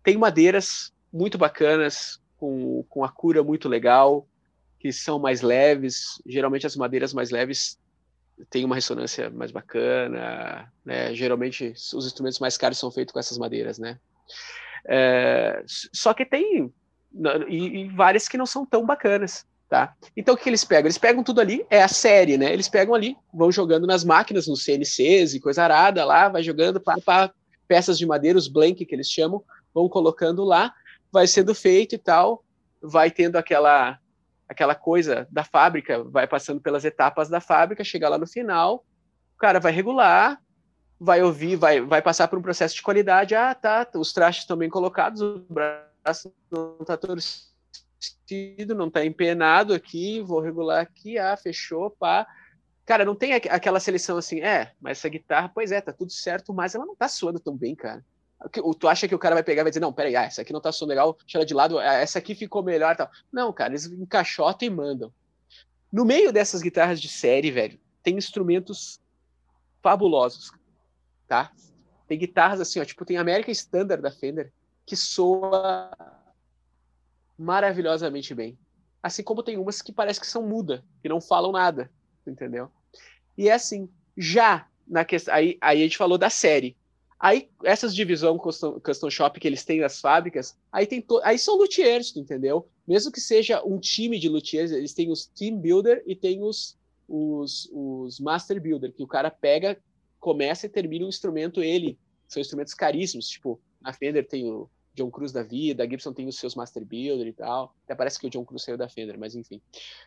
tem madeiras muito bacanas, com a cura muito legal, que são mais leves. Geralmente as madeiras mais leves têm uma ressonância mais bacana, né? Geralmente os instrumentos mais caros são feitos com essas madeiras, né? Só que tem e várias que não são tão bacanas, tá? Então o que eles pegam? Eles pegam tudo ali, é a série, né? Eles pegam ali, vão jogando nas máquinas, nos CNCs e coisa arada lá, vai jogando para peças de madeira, os blank que eles chamam, vão colocando lá, vai sendo feito e tal, vai tendo aquela coisa da fábrica, vai passando pelas etapas da fábrica, chega lá no final, o cara vai regular, vai ouvir, vai passar por um processo de qualidade, tá, os trastes estão bem colocados, o braço não está torcido, não está empenado aqui, vou regular aqui, fechou, pá. Cara, não tem aquela seleção assim, mas essa guitarra, pois tá tudo certo, mas ela não tá soando tão bem, cara. Tu acha que o cara vai pegar e vai dizer, não, peraí, essa aqui não tá soando legal, deixa ela de lado, essa aqui ficou melhor e tal. Não, cara, eles encaixotam e mandam. No meio dessas guitarras de série, velho, tem instrumentos fabulosos, tá? Tem guitarras assim, ó, tipo, tem American Standard da Fender, que soa maravilhosamente bem. Assim como tem umas que parece que são muda, que não falam nada, entendeu? E é assim, já na questão, aí a gente falou da série. Aí essas divisões custom shop que eles têm nas fábricas, aí são luthiers, entendeu? Mesmo que seja um time de luthiers, eles têm os team builder e tem os master builder, que o cara pega, começa e termina um instrumento são instrumentos caríssimos, tipo, a Fender tem o John Cruz da vida, a Gibson tem os seus master builder e tal, até parece que o John Cruz saiu da Fender, mas enfim.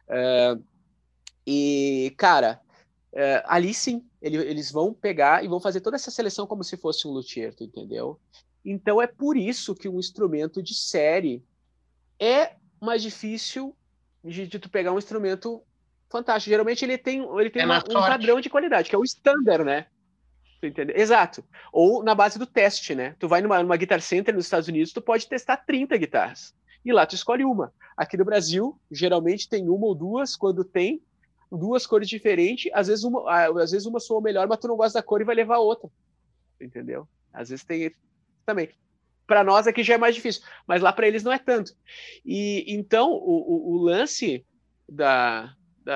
E, cara, ali sim, eles vão pegar e vão fazer toda essa seleção como se fosse um luthier, tu entendeu? Então é por isso que um instrumento de série é mais difícil de tu pegar um instrumento fantástico. Geralmente ele tem um padrão de qualidade, que é o standard, né? Tu entendeu? Exato. Ou na base do teste, né? Tu vai numa Guitar Center nos Estados Unidos, tu pode testar 30 guitarras. E lá tu escolhe uma. Aqui no Brasil, geralmente tem uma ou duas, quando tem duas cores diferentes, às vezes uma soa melhor, mas tu não gosta da cor e vai levar outra. Entendeu? Às vezes tem também. Para nós aqui já é mais difícil, mas lá para eles não é tanto. E então o lance da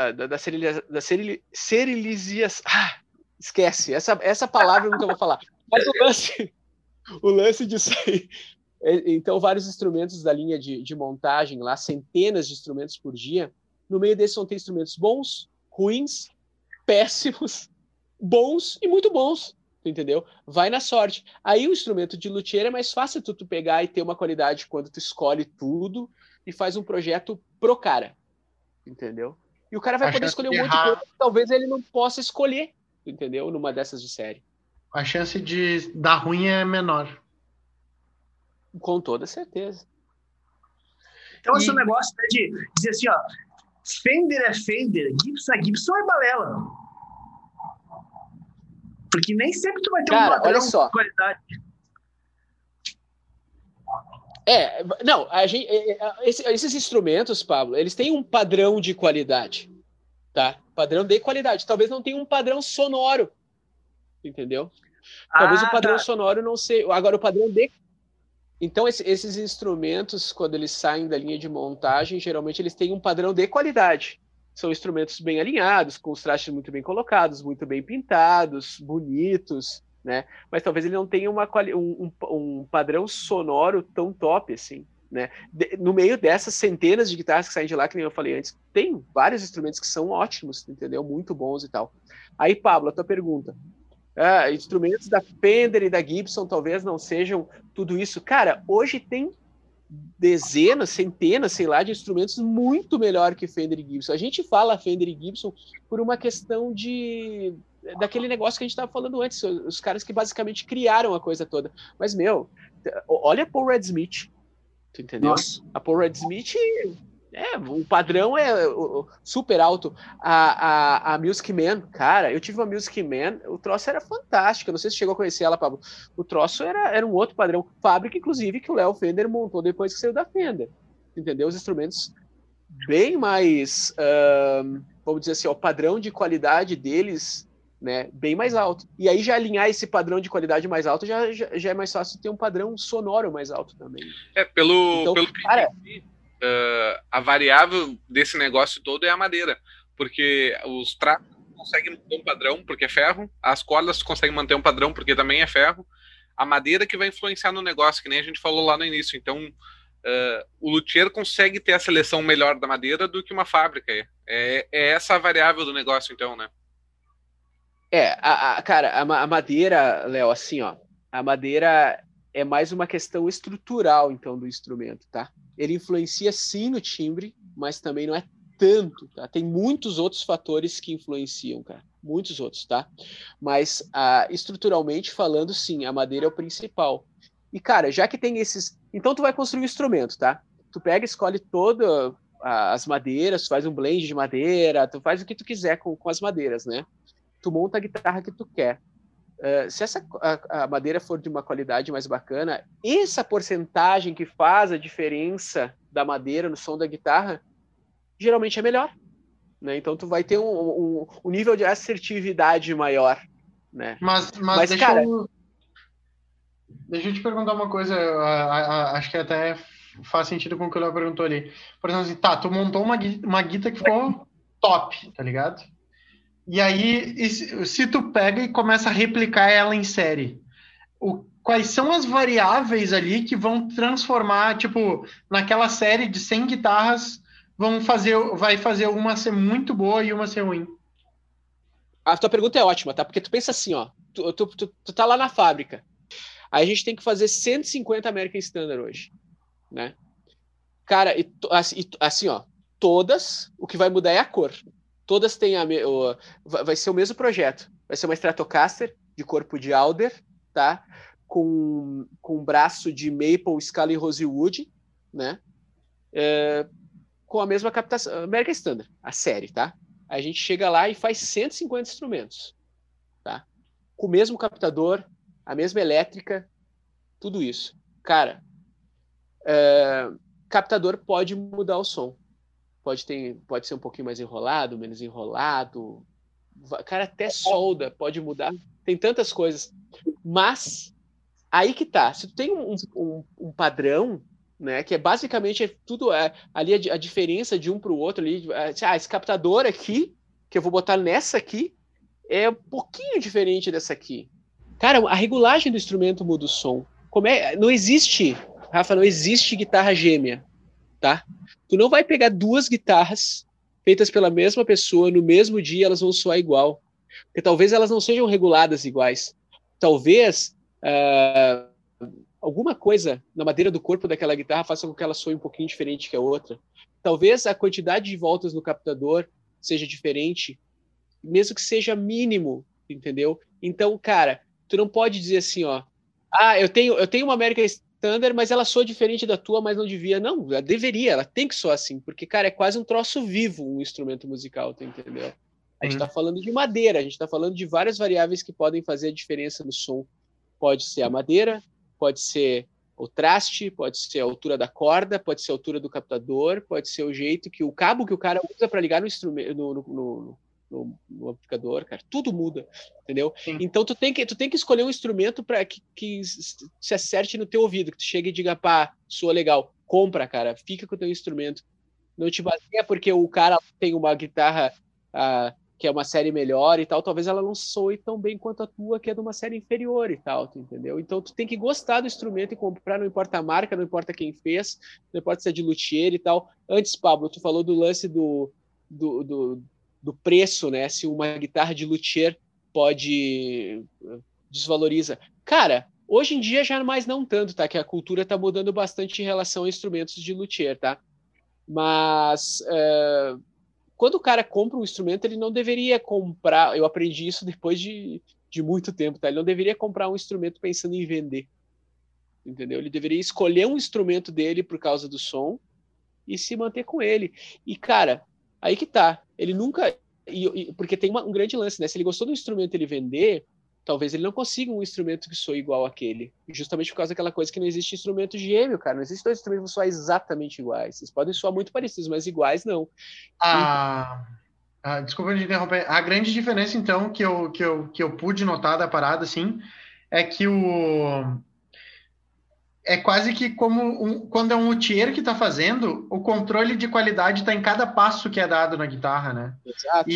serilização, esquece, essa palavra eu nunca vou falar. Mas o lance disso aí. Então, vários instrumentos da linha de montagem lá, centenas de instrumentos por dia. No meio desses vão ter instrumentos bons, ruins, péssimos, bons e muito bons, entendeu? Vai na sorte. Aí o instrumento de luthier é mais fácil tu pegar e ter uma qualidade quando tu escolhe tudo e faz um projeto pro cara, entendeu? E o cara vai poder escolher um monte de coisa que talvez ele não possa escolher, entendeu? Numa dessas de série. A chance de dar ruim é menor. Com toda certeza. Então, esse negócio, né, de dizer assim, ó, Fender é Fender, Gibson é balela. Porque nem sempre tu vai ter um padrão de qualidade. Não, esses instrumentos, Pablo, eles têm um padrão de qualidade, tá? Padrão de qualidade. Talvez não tenha um padrão sonoro, entendeu? Talvez o padrão sonoro não seja... Agora, o padrão de... Então, esses instrumentos, quando eles saem da linha de montagem, geralmente eles têm um padrão de qualidade. São instrumentos bem alinhados, com os trastes muito bem colocados, muito bem pintados, bonitos, né? Mas talvez ele não tenha um padrão sonoro tão top, assim, né? No meio dessas centenas de guitarras que saem de lá, que nem eu falei antes, tem vários instrumentos que são ótimos, entendeu? Muito bons e tal. Aí, Pablo, a tua pergunta. Instrumentos da Fender e da Gibson talvez não sejam tudo isso. Cara, hoje tem dezenas, centenas, sei lá, de instrumentos muito melhor que Fender e Gibson. A gente fala Fender e Gibson por uma questão daquele negócio que a gente estava falando antes, os caras que basicamente criaram a coisa toda. Mas, olha a Paul Reed Smith, tu entendeu? Nossa. A Paul Reed Smith... o padrão é super alto. A Music Man, cara, eu tive uma Music Man, o troço era fantástico. Eu não sei se chegou a conhecer ela, Pablo. O troço era um outro padrão. Fábrica, inclusive, que o Léo Fender montou depois que saiu da Fender. Entendeu? Os instrumentos bem mais, vamos dizer assim, o padrão de qualidade deles, né, bem mais alto. E aí já alinhar esse padrão de qualidade mais alto já é mais fácil ter um padrão sonoro mais alto também. Pelo que cara, a variável desse negócio todo é a madeira, porque os trapos conseguem manter um padrão porque é ferro, as cordas conseguem manter um padrão porque também é ferro, a madeira que vai influenciar no negócio, que nem a gente falou lá no início. Então o luthier consegue ter a seleção melhor da madeira do que uma fábrica. É essa a variável do negócio, então, né? Cara, a madeira, Léo, assim, ó, a madeira é mais uma questão estrutural, então, do instrumento, tá? Ele influencia sim no timbre, mas também não é tanto, tá? Tem muitos outros fatores que influenciam, cara, muitos outros, tá? Mas estruturalmente falando, sim, a madeira é o principal. E, cara, já que tem esses... Então, tu vai construir um instrumento, tá? Tu pega, escolhe todas as madeiras, faz um blend de madeira, tu faz o que tu quiser com as madeiras, né? Tu monta a guitarra que tu quer. Se a madeira for de uma qualidade mais bacana, essa porcentagem que faz a diferença da madeira no som da guitarra, geralmente é melhor. Né? Então tu vai ter um nível de assertividade maior. Né? Mas deixa, cara, deixa eu te perguntar uma coisa, acho que até faz sentido com o que o Léo perguntou ali. Por exemplo, assim, tá, tu montou uma guitarra que ficou top, tá ligado? E aí, se tu pega e começa a replicar ela em série, quais são as variáveis ali que vão transformar, tipo, naquela série de 100 guitarras, vai fazer uma ser muito boa e uma ser ruim? A tua pergunta é ótima, tá? Porque tu pensa assim, ó, tu tá lá na fábrica, aí a gente tem que fazer 150 American Standard hoje, né? Cara, assim, ó, todas, o que vai mudar é a cor. Todas têm vai ser o mesmo projeto. Vai ser uma Stratocaster de corpo de alder, tá? Com braço de maple, scala e rosewood, né? Com a mesma captação, American Standard, a série, tá? A gente chega lá e faz 150 instrumentos, tá? Com o mesmo captador, a mesma elétrica, tudo isso. Cara, captador pode mudar o som. Pode ser um pouquinho mais enrolado, menos enrolado. Cara, até solda pode mudar. Tem tantas coisas. Mas, aí que tá. Se tu tem um padrão, né, que é basicamente tudo ali a diferença de um para o outro. Ali, esse captador aqui, que eu vou botar nessa aqui, é um pouquinho diferente dessa aqui. Cara, a regulagem do instrumento muda o som. Não existe, Rafa, não existe guitarra gêmea, tá? Tu não vai pegar duas guitarras feitas pela mesma pessoa no mesmo dia, elas vão soar igual. Porque talvez elas não sejam reguladas iguais. Talvez alguma coisa na madeira do corpo daquela guitarra faça com que ela soe um pouquinho diferente que a outra. Talvez a quantidade de voltas no captador seja diferente, mesmo que seja mínimo, entendeu? Então, cara, tu não pode dizer assim, ó, eu tenho uma American Standard, mas ela soa diferente da tua, mas não devia. Não, ela deveria, ela tem que soar assim, porque, cara, é quase um troço vivo um instrumento musical, tu entendeu? A gente tá falando de madeira, a gente tá falando de várias variáveis que podem fazer a diferença no som. Pode ser a madeira, pode ser o traste, pode ser a altura da corda, pode ser a altura do captador, pode ser o jeito que o cabo que o cara usa para ligar no instrumento, no amplificador, cara, tudo muda, entendeu? Sim. Então tu tem que escolher um instrumento para que se acerte no teu ouvido, que tu chegue e diga, pá, soa legal, compra, cara, fica com o teu instrumento, não te baseia porque o cara tem uma guitarra que é uma série melhor e tal, talvez ela não soe tão bem quanto a tua, que é de uma série inferior e tal, tu entendeu? Então tu tem que gostar do instrumento e comprar, não importa a marca, não importa quem fez, não importa se é de luthier e tal. Antes, Pablo, tu falou do lance do preço, né? Se uma guitarra de luthier desvaloriza. Cara, hoje em dia já mais não tanto, tá? Que a cultura tá mudando bastante em relação a instrumentos de luthier, tá? Mas quando o cara compra um instrumento, ele não deveria comprar. Eu aprendi isso depois de muito tempo, tá? Ele não deveria comprar um instrumento pensando em vender, entendeu? Ele deveria escolher um instrumento dele por causa do som e se manter com ele. E, cara, aí que tá. Ele nunca... porque tem um grande lance, né? Se ele gostou do instrumento e ele vender, talvez ele não consiga um instrumento que soe igual àquele. Justamente por causa daquela coisa que não existe instrumento gêmeo, cara. Não existe dois instrumentos que vão soar exatamente iguais. Vocês podem soar muito parecidos, mas iguais não. Desculpa me interromper. A grande diferença, então, que eu pude notar da parada, assim, é que é quase que como quando é um luthier que está fazendo, o controle de qualidade está em cada passo que é dado na guitarra, né? Exato.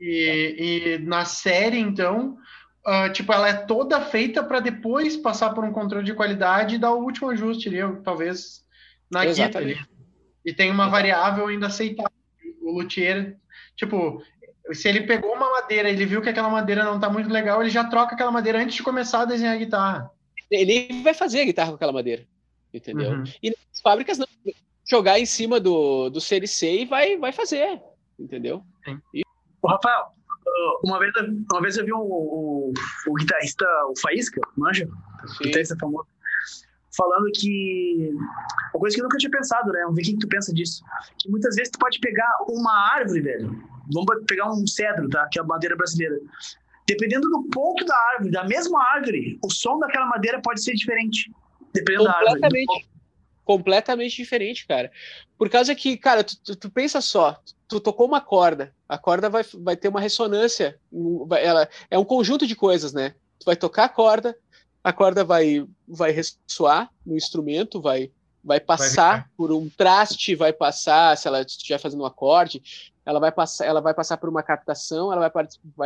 E na série, então, tipo, ela é toda feita para depois passar por um controle de qualidade e dar o último ajuste ali, talvez na guitarra ali. E tem uma variável ainda aceitável. O luthier, tipo, se ele pegou uma madeira, ele viu que aquela madeira não está muito legal, ele já troca aquela madeira antes de começar a desenhar a guitarra. Ele vai fazer a guitarra com aquela madeira, entendeu? Uhum. E nas fábricas não, jogar em cima do CLC e vai fazer, entendeu? Ô, Rafael, uma vez eu vi o guitarrista, o Faísca, manja? O guitarrista famoso, falando que uma coisa que eu nunca tinha pensado, né? Vamos ver o que tu pensa disso. Que muitas vezes tu pode pegar uma árvore, velho. Vamos pegar um cedro, tá? Que é a madeira brasileira. Dependendo do ponto da árvore, da mesma árvore, o som daquela madeira pode ser diferente. Dependendo da árvore. Completamente diferente, cara. Por causa que, cara, tu pensa só, tu tocou uma corda, a corda vai ter uma ressonância, ela é um conjunto de coisas, né? Tu vai tocar a corda vai ressoar no instrumento, vai passar por um traste, vai passar, se ela estiver fazendo um acorde, ela vai passar por uma captação, ela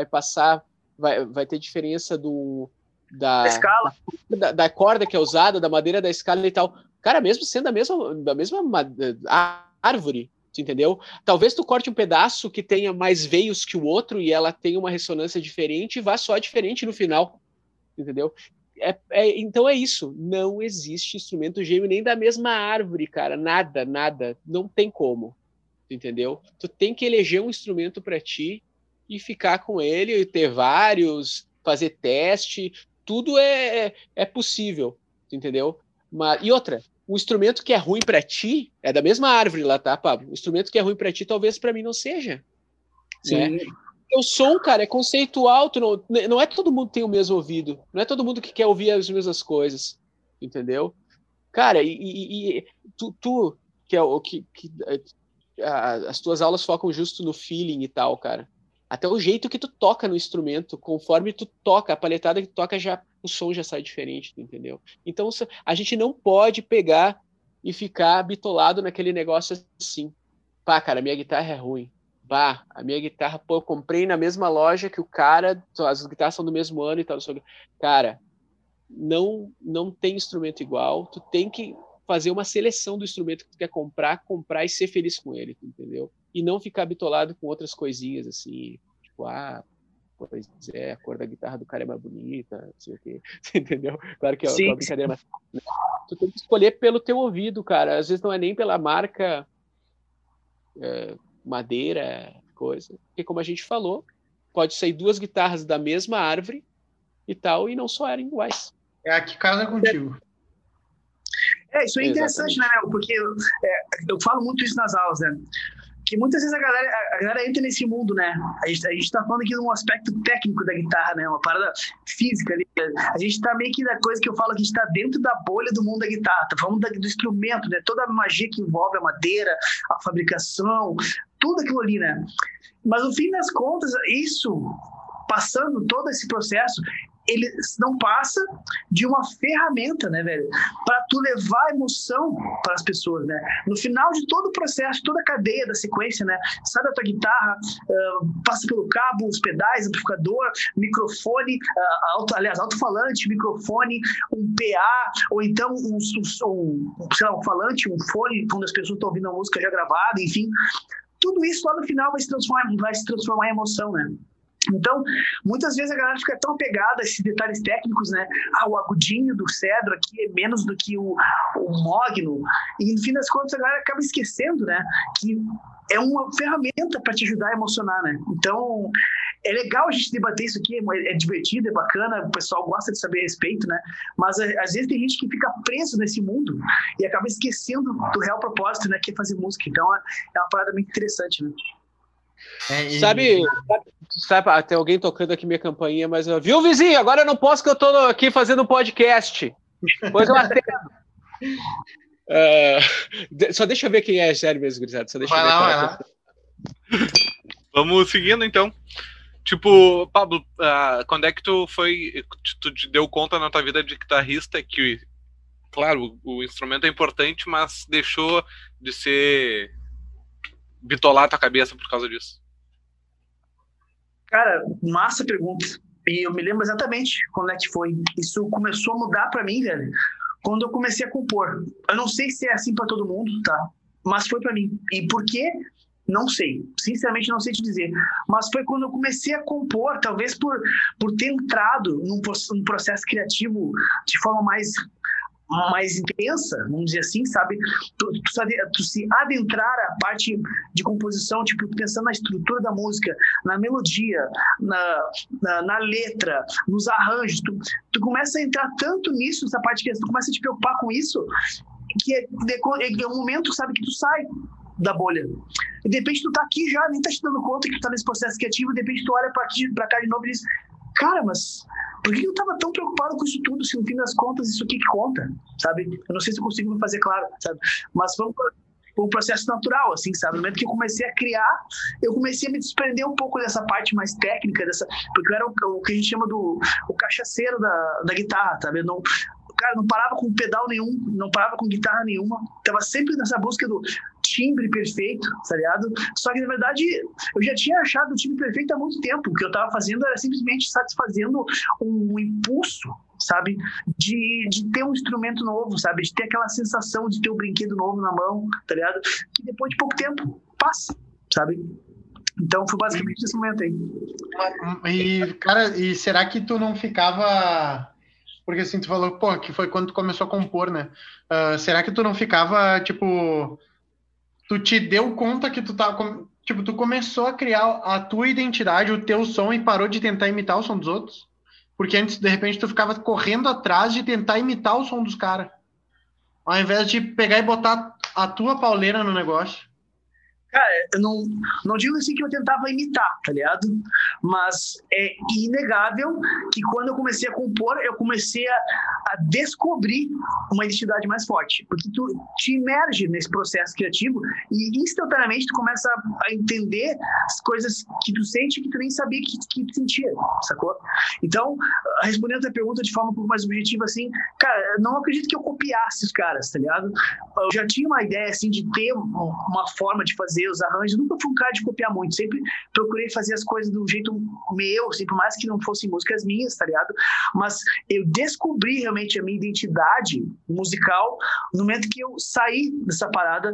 vai ter diferença da escala, da corda que é usada, da madeira da escala e tal. Cara, mesmo sendo da mesma árvore, entendeu? Talvez tu corte um pedaço que tenha mais veios que o outro e ela tenha uma ressonância diferente e vá soar diferente no final, entendeu? Então é isso, não existe instrumento gêmeo nem da mesma árvore, cara, nada, não tem como, entendeu? Tu tem que eleger um instrumento para ti e ficar com ele, ter vários, fazer teste, tudo é possível, entendeu? E outra, um instrumento que é ruim para ti, é da mesma árvore lá, tá, Pablo? Um instrumento que é ruim para ti, talvez para mim não seja. Sim. Né? O som, cara, é conceitual, não é todo mundo que tem o mesmo ouvido, não é todo mundo que quer ouvir as mesmas coisas, entendeu? Cara, tu que é o que as tuas aulas focam justo no feeling e tal, cara. Até o jeito que tu toca no instrumento, conforme tu toca, a palhetada que tu toca, o som já sai diferente, entendeu? Então, a gente não pode pegar e ficar bitolado naquele negócio assim. Pá, cara, minha guitarra é ruim. Bah, a minha guitarra, pô, eu comprei na mesma loja que o cara, as guitarras são do mesmo ano e tal. Cara, não tem instrumento igual, tu tem que fazer uma seleção do instrumento que tu quer comprar e ser feliz com ele, entendeu? E não ficar bitolado com outras coisinhas, assim, tipo, pois é, a cor da guitarra do cara é mais bonita, não sei o quê, entendeu? Claro que é uma brincadeira, mas tu tem que escolher pelo teu ouvido, cara, às vezes não é nem pela marca, madeira, coisa, porque como a gente falou, pode sair duas guitarras da mesma árvore e tal, e não soarem iguais. É a que casa contigo. Isso é interessante, né, Léo? Porque eu falo muito isso nas aulas, né? Que muitas vezes a galera entra nesse mundo, né? A gente tá falando aqui de um aspecto técnico da guitarra, né? Uma parada física ali. A gente tá meio que da coisa que eu falo que a gente tá dentro da bolha do mundo da guitarra. Tá falando do instrumento, né? Toda a magia que envolve a madeira, a fabricação, tudo aquilo ali, né? Mas no fim das contas, isso, passando todo esse processo, ele não passa de uma ferramenta, né, velho? Para tu levar emoção para as pessoas, né? No final de todo o processo, toda a cadeia da sequência, né? Sai da tua guitarra, passa pelo cabo, os pedais, amplificador, microfone, alto-falante, microfone, um PA, ou então um falante, um fone, quando as pessoas estão ouvindo a música já gravada, enfim. Tudo isso lá no final vai se transformar em emoção, né? Então, muitas vezes a galera fica tão apegada a esses detalhes técnicos, né? O agudinho do cedro aqui é menos do que o mogno. E, no fim das contas, a galera acaba esquecendo, né? Que é uma ferramenta para te ajudar a emocionar, né? Então, é legal a gente debater isso aqui, é divertido, é bacana, o pessoal gosta de saber a respeito, né? Mas, às vezes, tem gente que fica preso nesse mundo e acaba esquecendo do real propósito, né? Que é fazer música. Então, é uma parada muito interessante, né? Sabe, tem alguém tocando aqui minha campainha, mas viu, vizinho? Agora eu não posso que eu tô aqui fazendo um podcast. Pois eu atendo. Só deixa eu ver quem é, sério mesmo, gurizada. Só deixa eu ver. Vai lá. Vamos seguindo, então. Tipo, Pablo, quando é que tu te deu conta na tua vida de guitarrista que, claro, o instrumento é importante, mas deixou de ser bitolar a tua cabeça por causa disso? Cara, massa pergunta. E eu me lembro exatamente quando é que foi. Isso começou a mudar pra mim, velho, quando eu comecei a compor. Eu não sei se é assim pra todo mundo, tá? Mas foi pra mim. E por quê? Não sei. Sinceramente, não sei te dizer. Mas foi quando eu comecei a compor, talvez por ter entrado num processo criativo de forma mais intensa, vamos dizer assim, sabe? Tu se adentrar a parte de composição, tipo, pensando na estrutura da música, na melodia, na letra, nos arranjos, tu começa a entrar tanto nisso, essa parte que tu começa a te preocupar com isso, que é um momento, sabe, que tu sai da bolha. E de repente tu tá aqui já, nem tá te dando conta que tu tá nesse processo criativo, e de repente tu olha pra cá de novo e diz, cara, mas por que eu tava tão preocupado com isso tudo, se no fim das contas isso aqui que conta, sabe? Eu não sei se eu consigo me fazer claro, sabe? Mas foi um processo natural, assim, sabe? No momento que eu comecei a criar, eu comecei a me desprender um pouco dessa parte mais técnica, porque eu era o que a gente chama o cachaceiro da guitarra, sabe? Cara, não parava com pedal nenhum, não parava com guitarra nenhuma, tava sempre nessa busca do timbre perfeito, tá ligado? Só que, na verdade, eu já tinha achado o timbre perfeito há muito tempo. O que eu tava fazendo era simplesmente satisfazendo um impulso, sabe? De ter um instrumento novo, sabe? De ter aquela sensação de ter um brinquedo novo na mão, tá ligado? Que depois de pouco tempo passa, sabe? Então, foi basicamente esse momento aí. E, cara, e será que tu não ficava... Porque assim, tu falou, pô, que foi quando tu começou a compor, né? Será que tu não ficava, tipo... Tu te deu conta que tu tava... Tipo, tu começou a criar a tua identidade, o teu som e parou de tentar imitar o som dos outros? Porque antes, de repente, tu ficava correndo atrás de tentar imitar o som dos caras. Ao invés de pegar e botar a tua pauleira no negócio. Cara, eu não digo assim que eu tentava imitar, tá ligado? Mas é inegável que quando eu comecei a compor, eu comecei a descobrir uma identidade mais forte. Porque tu te imerge nesse processo criativo e instantaneamente tu começa a entender as coisas que tu sente que tu nem sabia que tu sentia, sacou? Então, respondendo a tua pergunta de forma um pouco mais objetiva, assim, cara, não acredito que eu copiasse os caras, tá ligado? Eu já tinha uma ideia, assim, de ter uma forma de fazer os arranjos, nunca fui um cara de copiar muito, sempre procurei fazer as coisas do jeito meu, assim, por mais que não fossem músicas minhas, tá ligado? Mas eu descobri realmente a minha identidade musical no momento que eu saí dessa parada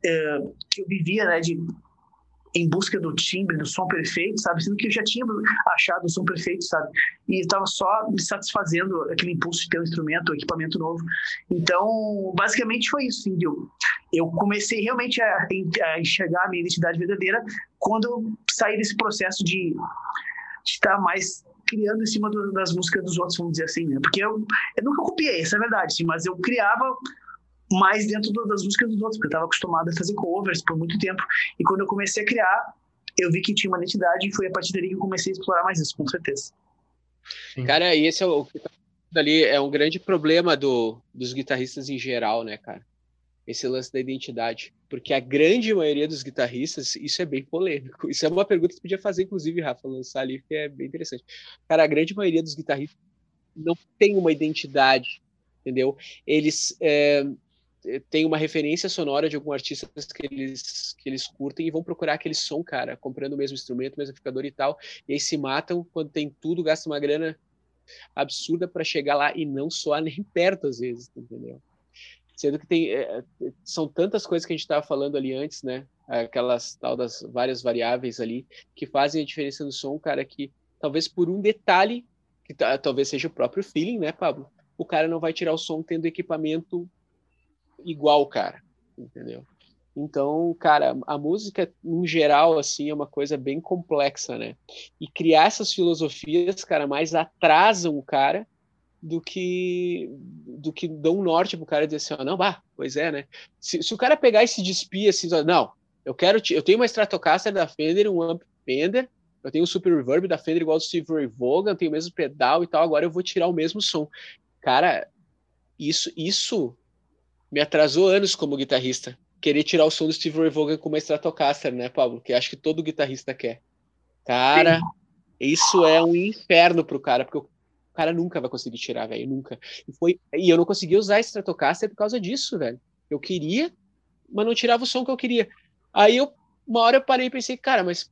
que eu vivia, né, em busca do timbre, do som perfeito, sabe? Sendo que eu já tinha achado o som perfeito, sabe? E estava só me satisfazendo aquele impulso de ter um instrumento, um equipamento novo. Então, basicamente foi isso, assim, eu comecei realmente a enxergar a minha identidade verdadeira quando eu saí desse processo de estar mais criando em cima das músicas dos outros, vamos dizer assim, né? Porque eu nunca copiei, essa é a verdade, sim, mas eu criava mais dentro das músicas dos outros, porque eu estava acostumado a fazer covers por muito tempo. E quando eu comecei a criar, eu vi que tinha uma identidade e foi a partir dali que eu comecei a explorar mais isso, com certeza. Sim. Cara, e esse ali é um grande problema dos guitarristas em geral, né, cara? Esse lance da identidade. Porque a grande maioria dos guitarristas, isso é bem polêmico. Isso é uma pergunta que você podia fazer, inclusive, Rafa, lançar ali, que é bem interessante. Cara, a grande maioria dos guitarristas não tem uma identidade, entendeu? Eles têm uma referência sonora de algum artista que eles curtem e vão procurar aquele som, cara, comprando o mesmo instrumento, o mesmo amplificador e tal, e aí se matam quando tem tudo, gastam uma grana absurda para chegar lá e não soar nem perto, às vezes, entendeu? Sendo que são tantas coisas que a gente estava falando ali antes, né? Aquelas tal das várias variáveis ali que fazem a diferença no som, cara, que talvez por um detalhe, que talvez seja o próprio feeling, né, Pablo? O cara não vai tirar o som tendo equipamento igual, cara, entendeu? Então, cara, a música, em geral, assim, é uma coisa bem complexa, né? E criar essas filosofias, cara, mais atrasam o cara do que dão um norte pro cara dizer assim, não, pois é, né? Se o cara pegar e se despir assim, não, eu tenho uma Stratocaster da Fender, um amp Fender, eu tenho um Super Reverb da Fender igual do Steve Ray Vaughan, tenho o mesmo pedal e tal, agora eu vou tirar o mesmo som. Cara, isso me atrasou anos como guitarrista. Querer tirar o som do Steve Ray Vaughan com uma Stratocaster, né, Pablo? Que acho que todo guitarrista quer. Cara, isso é um inferno pro cara, porque o cara nunca vai conseguir tirar, velho, nunca. E eu não conseguia usar esse Stratocaster por causa disso, velho. Eu queria, mas não tirava o som que eu queria. Aí uma hora eu parei e pensei, cara, mas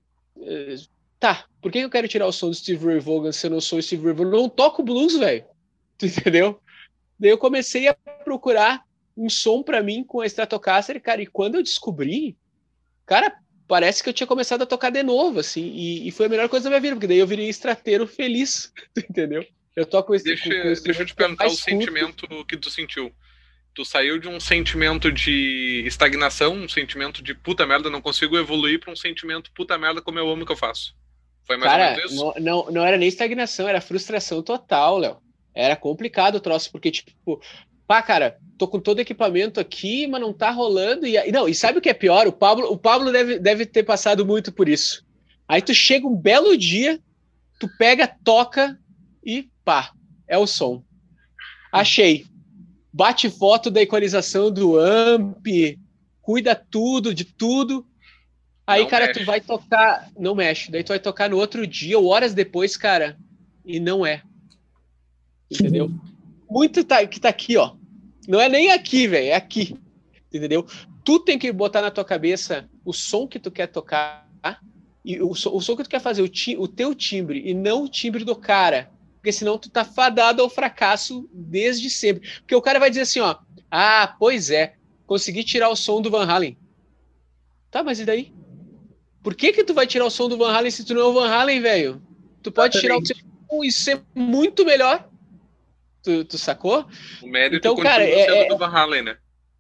tá, por que eu quero tirar o som do Steve Ray Vaughan se eu não sou o Steve Ray Vaughan? Eu não toco blues, velho. Tu entendeu? Daí eu comecei a procurar um som pra mim com a Stratocaster, cara, e quando eu descobri, cara, parece que eu tinha começado a tocar de novo, assim, e foi a melhor coisa da minha vida, porque daí eu virei estrateiro feliz, tu entendeu? Eu toco esse Deixa eu te perguntar o sentimento que tu sentiu. Tu saiu de um sentimento de estagnação, um sentimento de puta merda, não consigo evoluir, pra um sentimento puta merda, como eu amo o que eu faço. Foi mais ou menos isso? Não era nem estagnação, era frustração total, Léo. Era complicado o troço, porque, tipo, pá, cara, tô com todo o equipamento aqui, mas não tá rolando. E sabe o que é pior? O Pablo deve ter passado muito por isso. Aí tu chega um belo dia, tu pega, toca e pá, é o som. Achei. Bate foto da equalização do amp, cuida tudo, de tudo. Aí, Não cara, mexe. tu vai tocar, não mexe. Daí tu vai tocar no outro dia ou horas depois, cara, e não é. Entendeu? Muito que tá aqui, ó. Não é nem aqui, velho, é aqui. Entendeu? Tu tem que botar na tua cabeça o som que tu quer tocar e o som que tu quer fazer, o teu timbre, e não o timbre do cara. Porque senão tu tá fadado ao fracasso desde sempre. Porque o cara vai dizer assim, ó, ah, pois é, consegui tirar o som do Van Halen. Tá, mas e daí? Por que tu vai tirar o som do Van Halen se tu não é o Van Halen, velho? Tu pode tirar o som e ser muito melhor. Tu sacou? O mérito então, continua cara, sendo do Van Halen, né?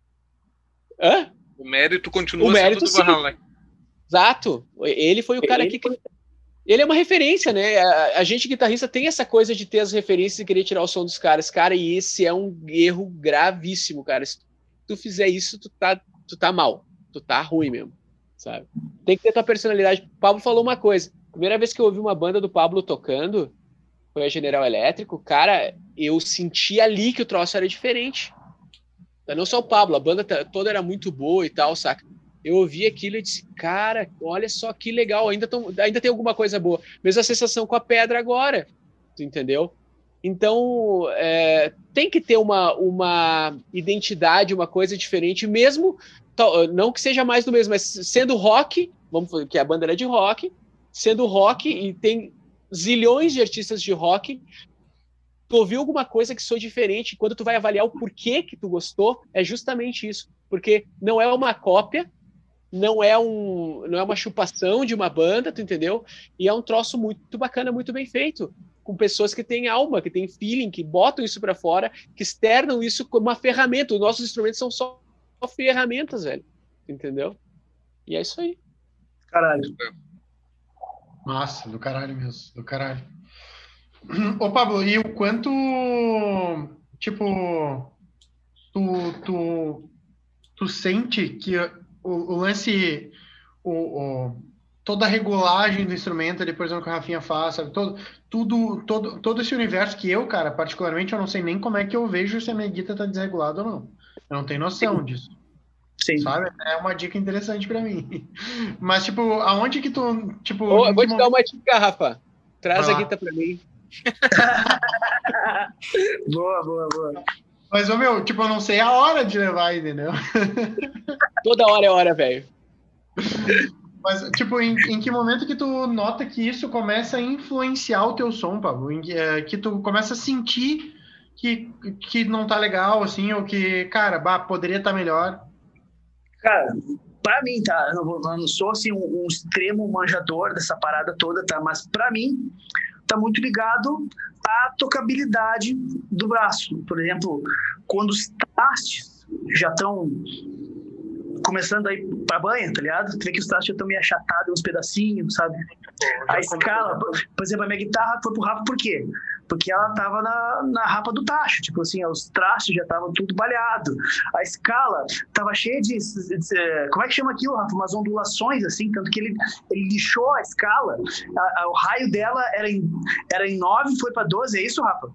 Hã? O mérito continua sendo do Van Halen. Exato. Ele foi o cara que... Ele é uma referência, né? A gente guitarrista tem essa coisa de ter as referências e querer tirar o som dos caras. Cara, e esse é um erro gravíssimo, cara. Se tu fizer isso, tu tá mal. Tu tá ruim mesmo, sabe? Tem que ter tua personalidade. O Pablo falou uma coisa. Primeira vez que eu ouvi uma banda do Pablo tocando foi a General Elétrico, cara, eu senti ali que o troço era diferente. Não só o Pablo, a banda toda era muito boa e tal, saca? Eu ouvi aquilo e disse, cara, olha só que legal, ainda tem alguma coisa boa. Mesma sensação com a Pedra agora, tu entendeu? Então, tem que ter uma identidade, uma coisa diferente, mesmo, não que seja mais do mesmo, mas sendo rock, que a banda era de rock, sendo rock, e tem zilhões de artistas de rock, tu ouviu alguma coisa que soa diferente, quando tu vai avaliar o porquê que tu gostou, é justamente isso, porque não é uma cópia, não é uma chupação de uma banda, tu entendeu? E é um troço muito bacana, muito bem feito, com pessoas que têm alma, que têm feeling, que botam isso pra fora, que externam isso como uma ferramenta. Os nossos instrumentos são só ferramentas, velho, entendeu? E é isso aí. Caralho. Massa, do caralho mesmo, do caralho. Ô, Pablo, e o quanto, tipo, tu sente que o lance, toda a regulagem do instrumento ali, por exemplo, que a Rafinha faz, sabe? Todo esse universo que eu, cara, particularmente, eu não sei nem como é que eu vejo se a minha guitarra tá desregulada ou não. Eu não tenho noção disso. Sim. Sabe? É uma dica interessante pra mim. Mas, tipo, aonde que tu, tipo... Eu vou te dar uma dica, Rafa. Traz a guitarra pra mim. Boa. Mas, meu, tipo, eu não sei a hora de levar, entendeu? Toda hora é hora, velho. Mas, tipo, em que momento que tu nota que isso começa a influenciar o teu som, Pablo? Que tu começa a sentir que não tá legal, assim, ou que, cara, poderia estar melhor? Cara, pra mim, tá? Eu não sou, assim, um extremo manjador dessa parada toda, tá? Mas pra mim, tá muito ligado à tocabilidade do braço. Por exemplo, quando os trastes já estão começando a ir pra banha, tá ligado? Tu vê que os trastes já estão meio achatados, uns pedacinhos, sabe? A escala, por exemplo, a minha guitarra foi pro Rafa por quê? Porque ela tava na rapa do tacho, tipo assim, os trastes já estavam tudo balhado. A escala tava cheia de como é que chama aquilo, Rafa? Umas ondulações, assim, tanto que ele lixou a escala. O raio dela era em 9, foi pra 12, é isso, Rafa?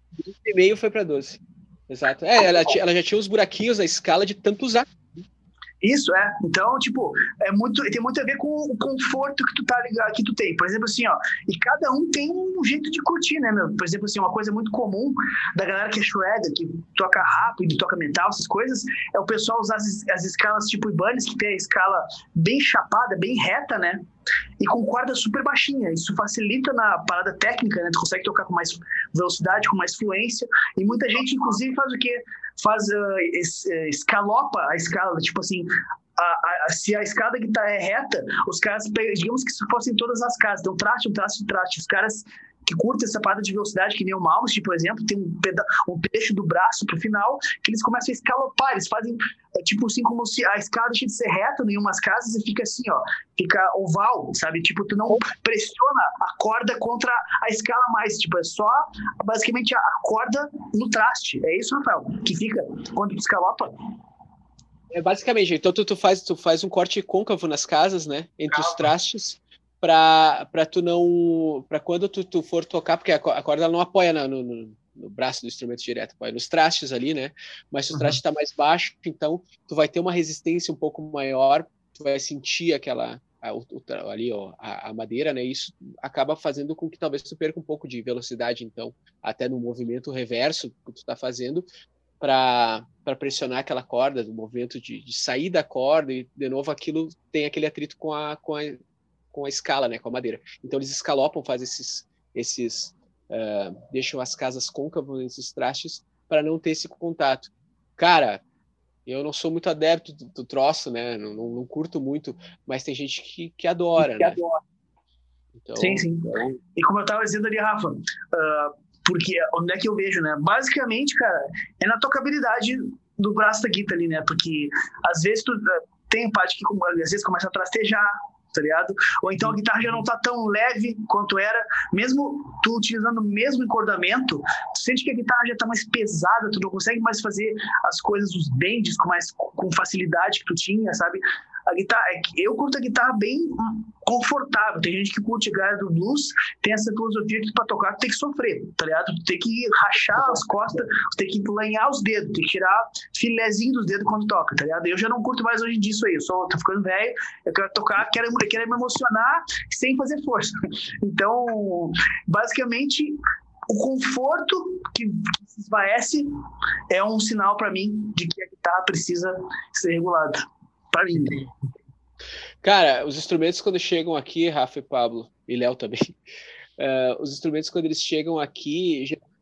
12,5 foi pra 12. Exato. Ela já tinha os buraquinhos da escala de tanto usar. Isso, é. Então, tipo, tem muito a ver com o conforto que tu tá ligado, que tu tem. Por exemplo, assim, ó, e cada um tem um jeito de curtir, né, meu? Por exemplo, assim, uma coisa muito comum da galera que é shredder, que toca rápido, toca metal, essas coisas, é o pessoal usar as escalas tipo Ibanez, que tem a escala bem chapada, bem reta, né? E com corda super baixinha. Isso facilita na parada técnica, né? Tu consegue tocar com mais velocidade, com mais fluência. E muita gente, inclusive, faz o quê? Escalopa a escala, tipo assim, se a escada da guitarra é reta, os caras, digamos que se fossem todas as casas, então traste, os caras que curtem essa parada de velocidade, que nem o Malmsteen, por exemplo, tem um trecho do braço pro final, que eles começam a escalopar, eles fazem, tipo assim, como se a escada deixa de ser reta em umas casas e fica assim, ó, fica oval, sabe? Tipo, tu não pressiona a corda contra a escala mais, tipo, é só basicamente a corda no traste. É isso, Rafael, que fica quando tu escalopa? Basicamente, então tu faz um corte côncavo nas casas, né, entre os trastes, para tu não, para quando tu for tocar, porque a corda ela não apoia no braço do instrumento direto, apoia nos trastes ali, né, mas se o traste está mais baixo, então tu vai ter uma resistência um pouco maior, tu vai sentir aquela ali, ó, a madeira, né, isso acaba fazendo com que talvez tu perca um pouco de velocidade, então, até no movimento reverso que tu está fazendo, para pressionar aquela corda, do movimento de sair da corda, e de novo aquilo tem aquele atrito com a escala, né, com a madeira. Então eles escalopam, fazem deixam as casas côncavas nesses trastes para não ter esse contato. Cara, eu não sou muito adepto do troço, né, não curto muito, mas tem gente que adora, né? Então, sim. E como eu estava dizendo ali, Rafa, porque onde é que eu vejo, né? Basicamente, cara, é na tocabilidade do braço da guitarra ali, né? Porque às vezes tu tem parte que às vezes começa a trastejar, tá ligado? Ou então a guitarra já não tá tão leve quanto era, mesmo tu utilizando o mesmo encordamento, tu sente que a guitarra já tá mais pesada, tu não consegue mais fazer as coisas, os bends com facilidade que tu tinha, sabe? A guitarra, eu curto a guitarra bem confortável. Tem gente que curte a galera do blues, tem essa filosofia que pra tocar tu tem que sofrer, tá ligado? Tu tem que rachar as costas, tu tem que lanhar os dedos, tem que tirar filezinho dos dedos quando toca, tá ligado? Eu já não curto mais hoje disso aí, tô ficando velho, eu quero tocar, quero me emocionar sem fazer força. Então, basicamente, o conforto que se esvaece é um sinal para mim de que a guitarra precisa ser regulada. Para mim. Cara, os instrumentos quando chegam aqui, Rafa e Pablo, e Léo também, os instrumentos quando eles chegam aqui,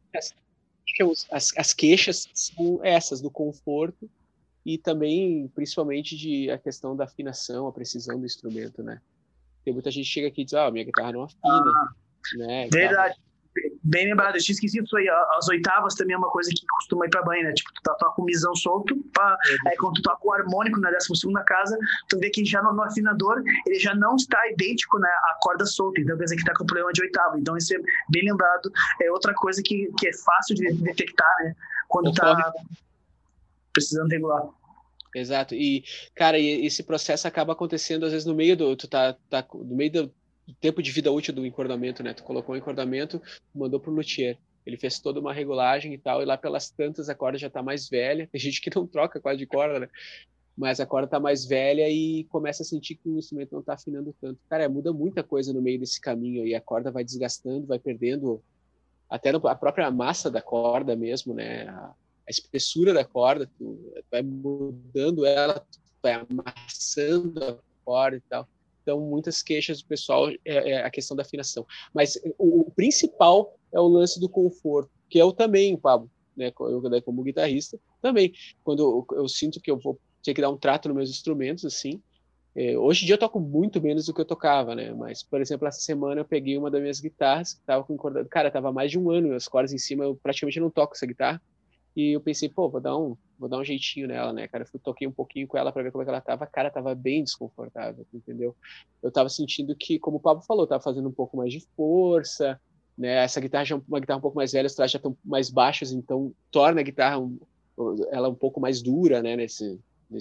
as queixas são essas, do conforto e também, principalmente, a questão da afinação, a precisão do instrumento, né? Tem muita gente que chega aqui e diz, minha guitarra não afina, né? Verdade. Bem lembrado, eu tinha esquecido isso aí. As oitavas também é uma coisa que costuma ir pra banho, né? Tipo, tu toca com o misão solto, aí quando tu toca o harmônico na 12ª casa, tu vê que já no afinador ele já não está idêntico, né, à corda solta, então quer dizer que tá com problema de oitava. Então isso é bem lembrado, é outra coisa que é fácil de detectar, né? Quando tá precisando regular. Exato, e cara, esse processo acaba acontecendo às vezes no meio do no meio do tempo de vida útil do encordamento, né? Tu colocou o encordamento, mandou pro luthier, ele fez toda uma regulagem e tal, e lá pelas tantas a corda já tá mais velha, tem gente que não troca quase de corda, né? Mas a corda tá mais velha e começa a sentir que o instrumento não tá afinando tanto. Cara, muda muita coisa no meio desse caminho aí, a corda vai desgastando, vai perdendo até a própria massa da corda mesmo, né? A espessura da corda, tu vai mudando ela, tu vai amassando a corda e tal. Então, muitas queixas do pessoal é a questão da afinação. Mas o principal é o lance do conforto, que eu também, Pablo, né, eu como guitarrista, também. Quando eu sinto que eu vou ter que dar um trato nos meus instrumentos, assim, hoje em dia eu toco muito menos do que eu tocava, né? Mas, por exemplo, essa semana eu peguei uma das minhas guitarras, que estava com encordado. Cara, tava há mais de um ano, as cordas em cima, eu praticamente não toco essa guitarra. E eu pensei, vou dar um jeitinho nela, né, cara? Toquei um pouquinho com ela para ver como é que ela tava. Cara, tava bem desconfortável, entendeu? Eu tava sentindo que, como o Pablo falou, tava fazendo um pouco mais de força, né? Essa guitarra já é uma guitarra um pouco mais velha, os trastes já estão mais baixos, então torna a guitarra ela um pouco mais dura, né? Nesse,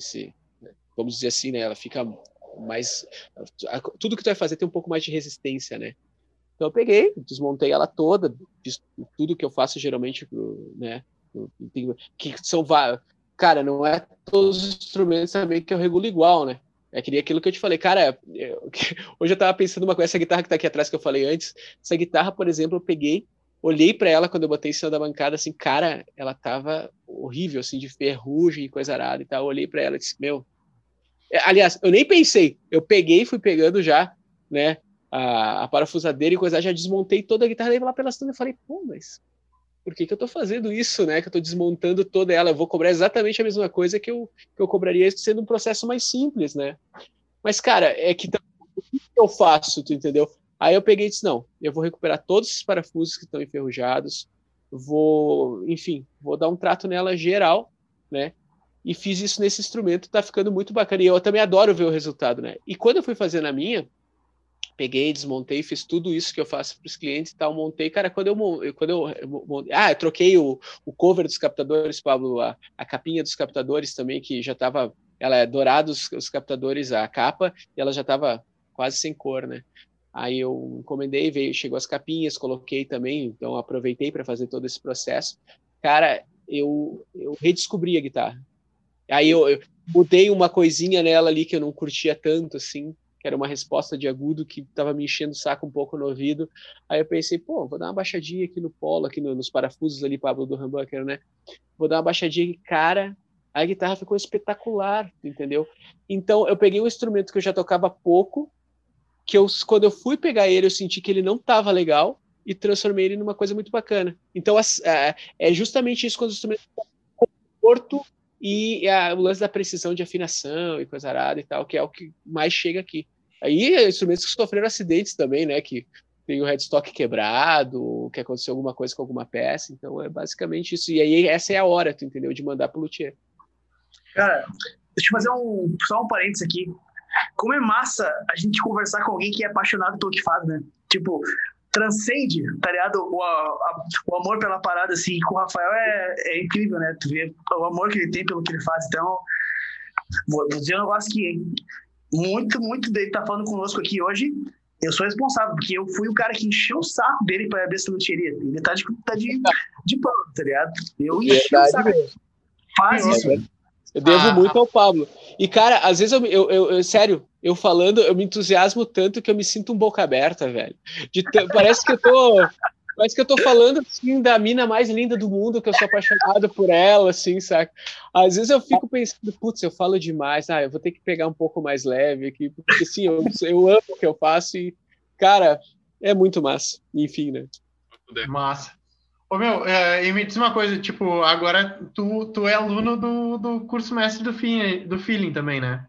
vamos dizer assim, né? Ela fica mais... Tudo que tu vai fazer tem um pouco mais de resistência, né? Então eu peguei, desmontei ela toda, fiz tudo que eu faço geralmente, né? Que são cara, não é todos os instrumentos também que eu regulo igual, né? É aquilo que eu te falei, cara, hoje eu tava pensando uma coisa, essa guitarra que tá aqui atrás que eu falei antes, essa guitarra, por exemplo, eu peguei, olhei pra ela quando eu botei em cima da bancada, assim, cara, ela tava horrível, assim, de ferrugem e coisa arada e tal, eu olhei pra ela e disse, meu... Aliás, eu nem pensei, eu peguei e fui pegando já, né, a parafusadeira e coisa, já desmontei toda a guitarra, daí lá pela cima eu falei, pô, mas por que eu tô fazendo isso, né? Que eu tô desmontando toda ela, eu vou cobrar exatamente a mesma coisa que eu cobraria sendo um processo mais simples, né? Mas, cara, é que o que eu faço, tu entendeu? Aí eu peguei e disse, não, eu vou recuperar todos esses parafusos que estão enferrujados, enfim, vou dar um trato nela geral, né? E fiz isso nesse instrumento, tá ficando muito bacana. E eu também adoro ver o resultado, né? E quando eu fui fazer na minha, peguei, desmontei, fiz tudo isso que eu faço para os clientes e tal, montei, cara, eu troquei o cover dos captadores, Pablo, a capinha dos captadores também, que já estava, ela é dourada, os captadores, a capa, e ela já estava quase sem cor, né? Aí eu encomendei, chegou as capinhas, coloquei também, então aproveitei para fazer todo esse processo. Cara, eu redescobri a guitarra. Aí eu mudei uma coisinha nela ali que eu não curtia tanto, assim, que era uma resposta de agudo que estava me enchendo o saco um pouco no ouvido. Aí eu pensei, pô, vou dar uma baixadinha aqui no polo, aqui nos parafusos ali, Pablo, do humbucker, né? Vou dar uma baixadinha e, cara, a guitarra ficou espetacular, entendeu? Então eu peguei um instrumento que eu já tocava pouco, quando eu fui pegar ele, eu senti que ele não estava legal e transformei ele numa coisa muito bacana. Então é justamente isso quando o instrumento está conforto e o lance da precisão de afinação e coisa arada e tal, que é o que mais chega aqui. Aí instrumentos que sofreram acidentes também, né, que tem o headstock quebrado, que aconteceu alguma coisa com alguma peça, então é basicamente isso. E aí essa é a hora, tu entendeu, de mandar pro luthier. Cara, deixa eu fazer só um parênteses aqui. Como é massa a gente conversar com alguém que é apaixonado pelo que faz, né? Tipo, transcende, tá ligado? O amor pela parada, assim, com o Rafael é incrível, né? Tu vê o amor que ele tem pelo que ele faz. Então, vou dizer um negócio que muito dele tá falando conosco aqui hoje. Eu sou responsável, porque eu fui o cara que encheu o saco dele pra abrir essa luthieria. Ele tá de pano, tá ligado? Eu enchi o saco. Faz isso, velho. Eu devo muito ao Pablo. E, cara, às vezes sério, eu falando, eu me entusiasmo tanto que eu me sinto um boca aberta, velho. Parece que eu tô falando, assim, da mina mais linda do mundo, que eu sou apaixonado por ela, assim, saca? Às vezes eu fico pensando, putz, eu falo demais, eu vou ter que pegar um pouco mais leve aqui, porque, sim, eu amo o que eu faço e, cara, é muito massa. Enfim, né? Massa. Ô, meu, e me diz uma coisa, tipo, agora tu é aluno do curso mestre do Feeling também, né?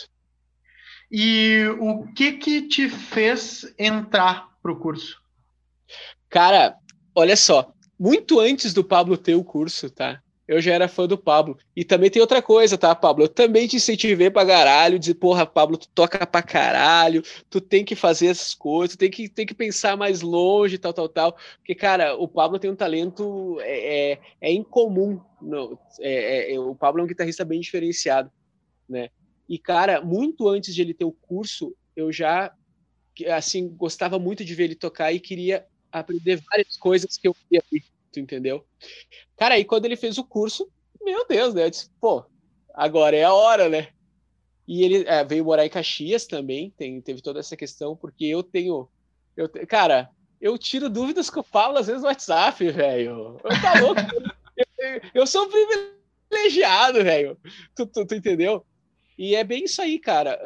E o que te fez entrar pro curso? Cara, olha só, muito antes do Pablo ter o curso, tá? Eu já era fã do Pablo. E também tem outra coisa, tá, Pablo? Eu também te incentivei pra caralho, dizer, porra, Pablo, tu toca pra caralho, tu tem que fazer essas coisas, tu tem que pensar mais longe, tal. Porque, cara, o Pablo tem um talento incomum. O Pablo é um guitarrista bem diferenciado, né? E, cara, muito antes de ele ter o curso, eu já, assim, gostava muito de ver ele tocar e queria aprender várias coisas que eu queria ver, tu entendeu? Cara, aí quando ele fez o curso, meu Deus, né? Eu disse, pô, agora é a hora, né? E ele veio morar em Caxias também, teve toda essa questão, porque cara, eu tiro dúvidas com o Pablo às vezes no WhatsApp, velho. Eu tá louco? eu sou privilegiado, velho. Tu entendeu? E é bem isso aí, cara.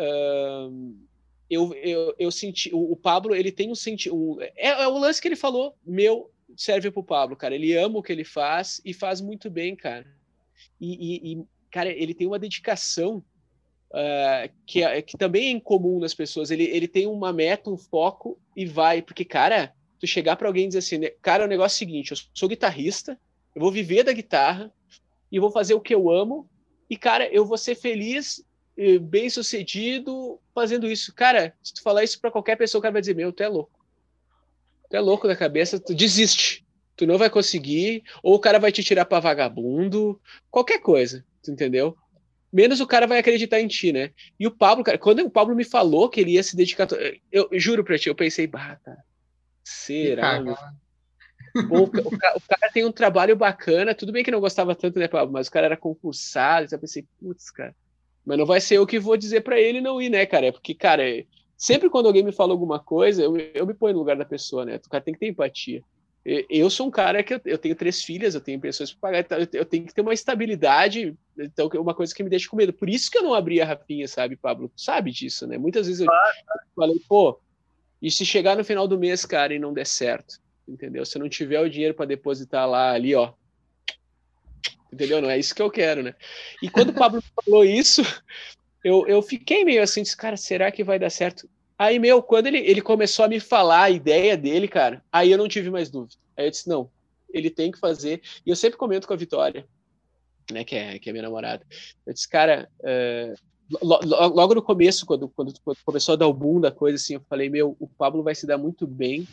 Eu senti... O Pablo, ele tem um sentimento... É o lance que ele falou, serve pro Pablo, cara. Ele ama o que ele faz e faz muito bem, cara. E cara, ele tem uma dedicação que também é incomum nas pessoas. Ele tem uma meta, um foco e vai. Porque, cara, tu chegar pra alguém e dizer assim, cara, o negócio é o seguinte, eu sou guitarrista, eu vou viver da guitarra e vou fazer o que eu amo e, cara, eu vou ser feliz, bem sucedido fazendo isso. Cara, se tu falar isso pra qualquer pessoa, o cara vai dizer, meu, tu é louco. Tu é louco da cabeça, tu desiste. Tu não vai conseguir, ou o cara vai te tirar pra vagabundo, qualquer coisa, tu entendeu? Menos o cara vai acreditar em ti, né? E o Pablo, cara, quando o Pablo me falou que ele ia se dedicar, eu juro pra ti, eu pensei, cara, será? Pô, o cara tem um trabalho bacana, tudo bem que não gostava tanto, né, Pablo? Mas o cara era concursado, então eu pensei, putz, cara, mas não vai ser eu que vou dizer pra ele não ir, né, cara? É porque, cara, sempre quando alguém me fala alguma coisa, eu me ponho no lugar da pessoa, né? O cara tem que ter empatia. Eu sou um cara que eu tenho 3 filhas, eu tenho pessoas para pagar, então eu tenho que ter uma estabilidade, então é uma coisa que me deixa com medo. Por isso que eu não abri a Rafinha, sabe, Pablo? Tu sabe disso, né? Muitas vezes eu falei, pô, e se chegar no final do mês, cara, e não der certo, entendeu? Se eu não tiver o dinheiro para depositar lá, ali, ó, entendeu? Não é isso que eu quero, né? E quando o Pablo falou isso, eu fiquei meio assim, disse, cara, será que vai dar certo? Aí, quando ele começou a me falar a ideia dele, cara, aí eu não tive mais dúvida. Aí eu disse, não, ele tem que fazer. E eu sempre comento com a Vitória, né, que é minha namorada. Eu disse, cara, logo no começo, quando começou a dar o boom da coisa, assim, eu falei, o Pablo vai se dar muito bem.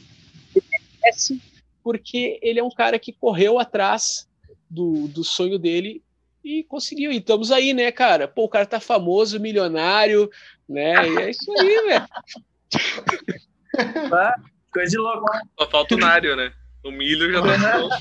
Porque ele é um cara que correu atrás do sonho dele e conseguiu. E estamos aí, né, cara? Pô, o cara tá famoso, milionário, né? E é isso aí, velho. Coisa de louco. Só falta o Nário, né? O milho já tá bom.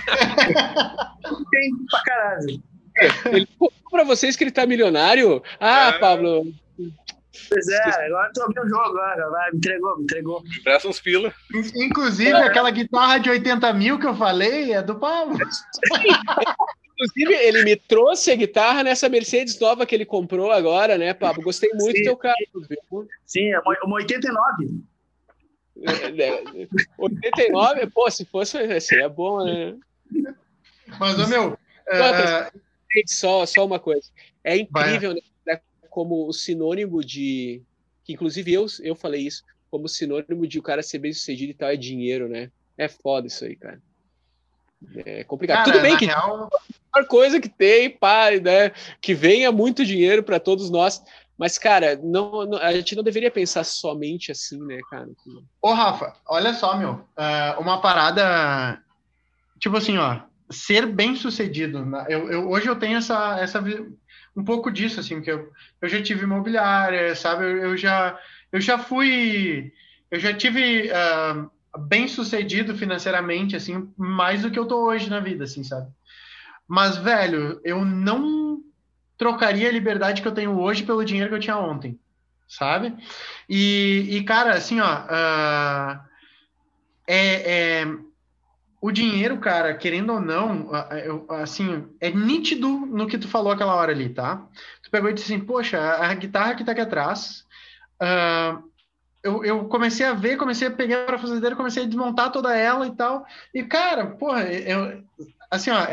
Tem pra caralho. Ele falou pra vocês que ele tá milionário? Pablo. Pois é, agora tu abriu o jogo, agora, vai, me entregou. Presta uns pila. Inclusive, aquela guitarra de 80 mil que eu falei é do Pablo. Inclusive, ele me trouxe a guitarra nessa Mercedes nova que ele comprou agora, né, Pablo? Gostei muito do teu carro, viu? Sim, é uma 89. 89, pô, se fosse, seria bom, né? Mas, meu... Só uma coisa. É incrível, né, como o sinônimo de... Que, inclusive, eu falei isso, como sinônimo de o cara ser bem sucedido e tal, é dinheiro, né? É foda isso aí, cara. É complicado. Cara, tudo bem que real... a coisa que tem, pá, né? Que venha muito dinheiro para todos nós. Mas, cara, a gente não deveria pensar somente assim, né, cara? Ô, Rafa, olha só, uma parada... Tipo assim, ó, ser bem sucedido. Hoje eu tenho essa um pouco disso, assim, que eu já tive imobiliária, sabe? Eu já tive bem sucedido financeiramente, assim, mais do que eu tô hoje na vida, assim, sabe? Mas, velho, eu não trocaria a liberdade que eu tenho hoje pelo dinheiro que eu tinha ontem, sabe? E cara, assim, ó, o dinheiro, cara, querendo ou não, assim, é nítido no que tu falou aquela hora ali, tá? Tu pegou e disse assim, poxa, a guitarra que tá aqui atrás, eu comecei a ver, comecei a pegar a parafusadeira, comecei a desmontar toda ela e tal, e, cara, porra, assim, ó,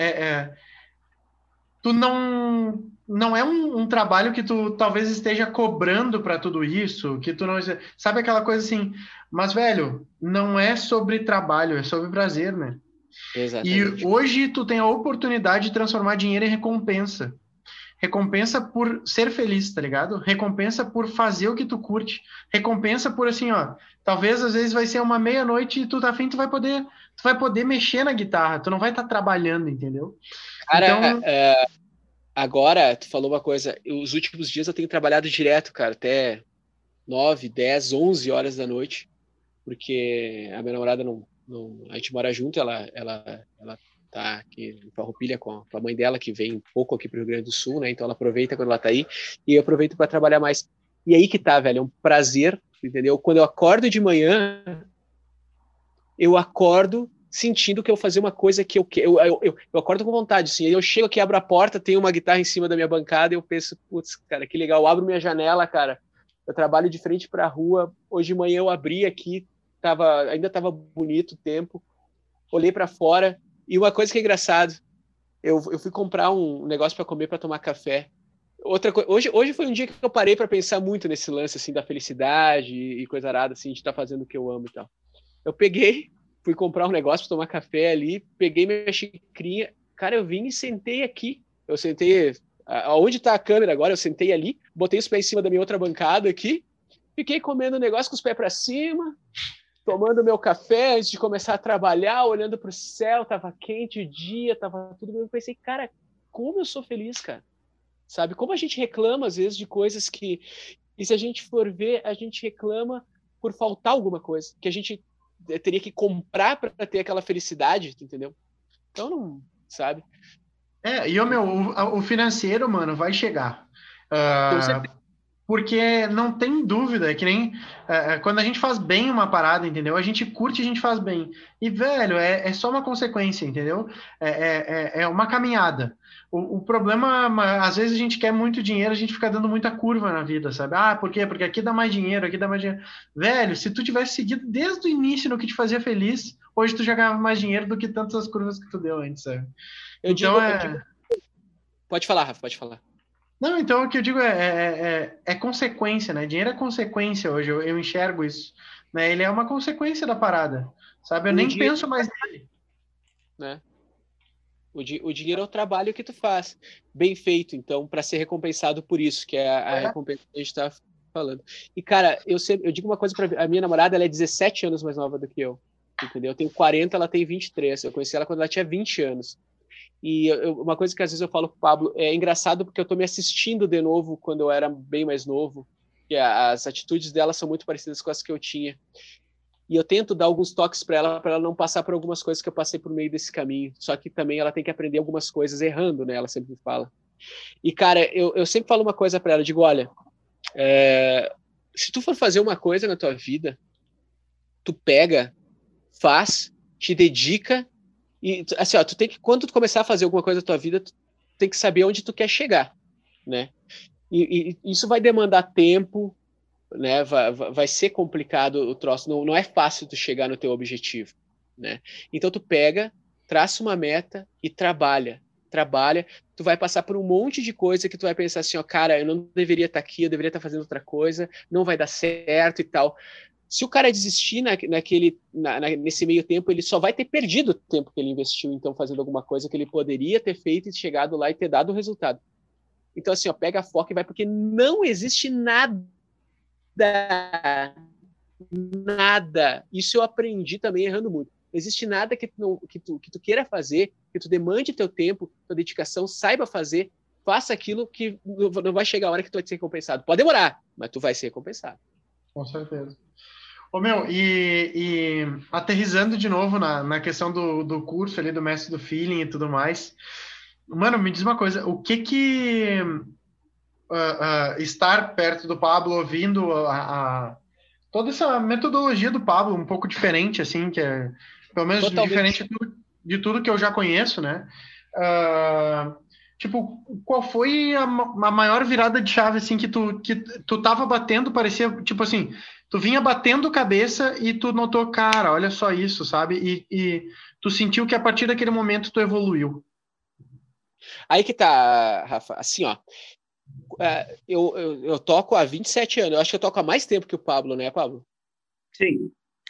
tu não é um trabalho que tu talvez esteja cobrando para tudo isso, que tu não... Sabe aquela coisa assim, mas, velho, não é sobre trabalho, é sobre prazer, né? Exatamente. E hoje tu tem a oportunidade de transformar dinheiro em recompensa. Recompensa por ser feliz, tá ligado? Recompensa por fazer o que tu curte. Recompensa por assim, ó, talvez às vezes vai ser uma meia-noite e tu tá afim, tu vai poder mexer na guitarra, tu não vai estar trabalhando, entendeu? Cara, então... agora, tu falou uma coisa, os últimos dias eu tenho trabalhado direto, cara, até 9, 10, 11 horas da noite, porque a minha namorada a gente mora junto, ela tá aqui em Farroupilha com a mãe dela, que vem pouco aqui pro Rio Grande do Sul, né, então ela aproveita quando ela tá aí, e eu aproveito para trabalhar mais. E aí que tá, velho, é um prazer, entendeu? Quando eu acordo de manhã, eu acordo sentindo que eu vou fazer uma coisa que eu quero. Eu acordo com vontade, assim. Aí eu chego aqui, abro a porta, tem uma guitarra em cima da minha bancada e eu penso, putz, cara, que legal. Eu abro minha janela, cara. Eu trabalho de frente para a rua. Hoje de manhã eu abri aqui, ainda estava bonito o tempo. Olhei para fora e uma coisa que é engraçado, eu fui comprar um negócio para comer, para tomar café. Outra coisa, hoje foi um dia que eu parei para pensar muito nesse lance assim da felicidade e coisa arada, assim, de estar fazendo o que eu amo e tal. Eu fui comprar um negócio para tomar café ali, peguei minha xicrinha, cara, eu vim e sentei aqui. Eu sentei, aonde está a câmera agora, eu sentei ali, botei os pés em cima da minha outra bancada aqui, fiquei comendo o negócio com os pés para cima, tomando meu café antes de começar a trabalhar, olhando para o céu, tava quente o dia, tava tudo bem. Eu pensei, cara, como eu sou feliz, cara. Sabe? Como a gente reclama, às vezes, de coisas que... E se a gente for ver, a gente reclama por faltar alguma coisa. Que a gente teria que comprar para ter aquela felicidade, entendeu? Então, não, sabe? E o financeiro, mano, vai chegar. Com certeza. Porque não tem dúvida, é que nem quando a gente faz bem uma parada, entendeu? A gente curte, a gente faz bem. E, velho, é só uma consequência, entendeu? É uma caminhada. O problema, às vezes a gente quer muito dinheiro, a gente fica dando muita curva na vida, sabe? Ah, por quê? Porque aqui dá mais dinheiro, aqui dá mais dinheiro. Velho, se tu tivesse seguido desde o início no que te fazia feliz, hoje tu já ganhava mais dinheiro do que tantas as curvas que tu deu antes, sabe? Eu digo... Pode falar, Rafa, pode falar. Não, então o que eu digo é consequência, né? Dinheiro é consequência hoje, eu enxergo isso. Né? Ele é uma consequência da parada, sabe? Eu nem penso mais nele. Né? O dinheiro é o trabalho que tu faz, bem feito, então, para ser recompensado por isso, que é a recompensa que a gente está falando. E, cara, eu digo uma coisa para a minha namorada, ela é 17 anos mais nova do que eu, entendeu? Eu tenho 40, ela tem 23. Eu conheci ela quando ela tinha 20 anos. E uma coisa que às vezes eu falo pro Pablo, é engraçado porque eu tô me assistindo de novo quando eu era bem mais novo, e as atitudes dela são muito parecidas com as que eu tinha. E eu tento dar alguns toques para ela não passar por algumas coisas que eu passei por meio desse caminho. Só que também ela tem que aprender algumas coisas errando, né? Ela sempre me fala. E, cara, eu sempre falo uma coisa para ela, eu digo, olha, se tu for fazer uma coisa na tua vida, tu pega, faz, te dedica. E assim, ó, tu tem que, quando tu começar a fazer alguma coisa na tua vida, tu tem que saber onde tu quer chegar, né? E isso vai demandar tempo, né? Vai ser complicado o troço, não é fácil tu chegar no teu objetivo, né? Então tu pega, traça uma meta e trabalha, tu vai passar por um monte de coisa que tu vai pensar assim, ó, cara, eu não deveria estar aqui, eu deveria estar fazendo outra coisa, não vai dar certo e tal. Se o cara desistir nesse meio tempo, ele só vai ter perdido o tempo que ele investiu, então, fazendo alguma coisa que ele poderia ter feito e chegado lá e ter dado o resultado. Então, assim, ó, pega a foca e vai, porque não existe nada. Isso eu aprendi também errando muito. Não existe nada que tu queira fazer, que tu demande teu tempo, tua dedicação, saiba fazer, faça aquilo que não vai chegar a hora que tu vai ser recompensado. Pode demorar, mas tu vai ser recompensado. Com certeza. Ô, meu, e aterrissando de novo na questão do curso ali, do mestre do feeling e tudo mais, mano, me diz uma coisa, o que estar perto do Pablo, ouvindo toda essa metodologia do Pablo, um pouco diferente, assim, que é, pelo menos diferente de tudo que eu já conheço, né? Tipo, qual foi a maior virada de chave, assim, que tu tava batendo, parecia, tipo assim, tu vinha batendo cabeça e tu notou, cara, olha só isso, sabe? E tu sentiu que a partir daquele momento tu evoluiu. Aí que tá, Rafa, assim, ó, eu toco há 27 anos, eu acho que eu toco há mais tempo que o Pablo, né, Pablo? Sim.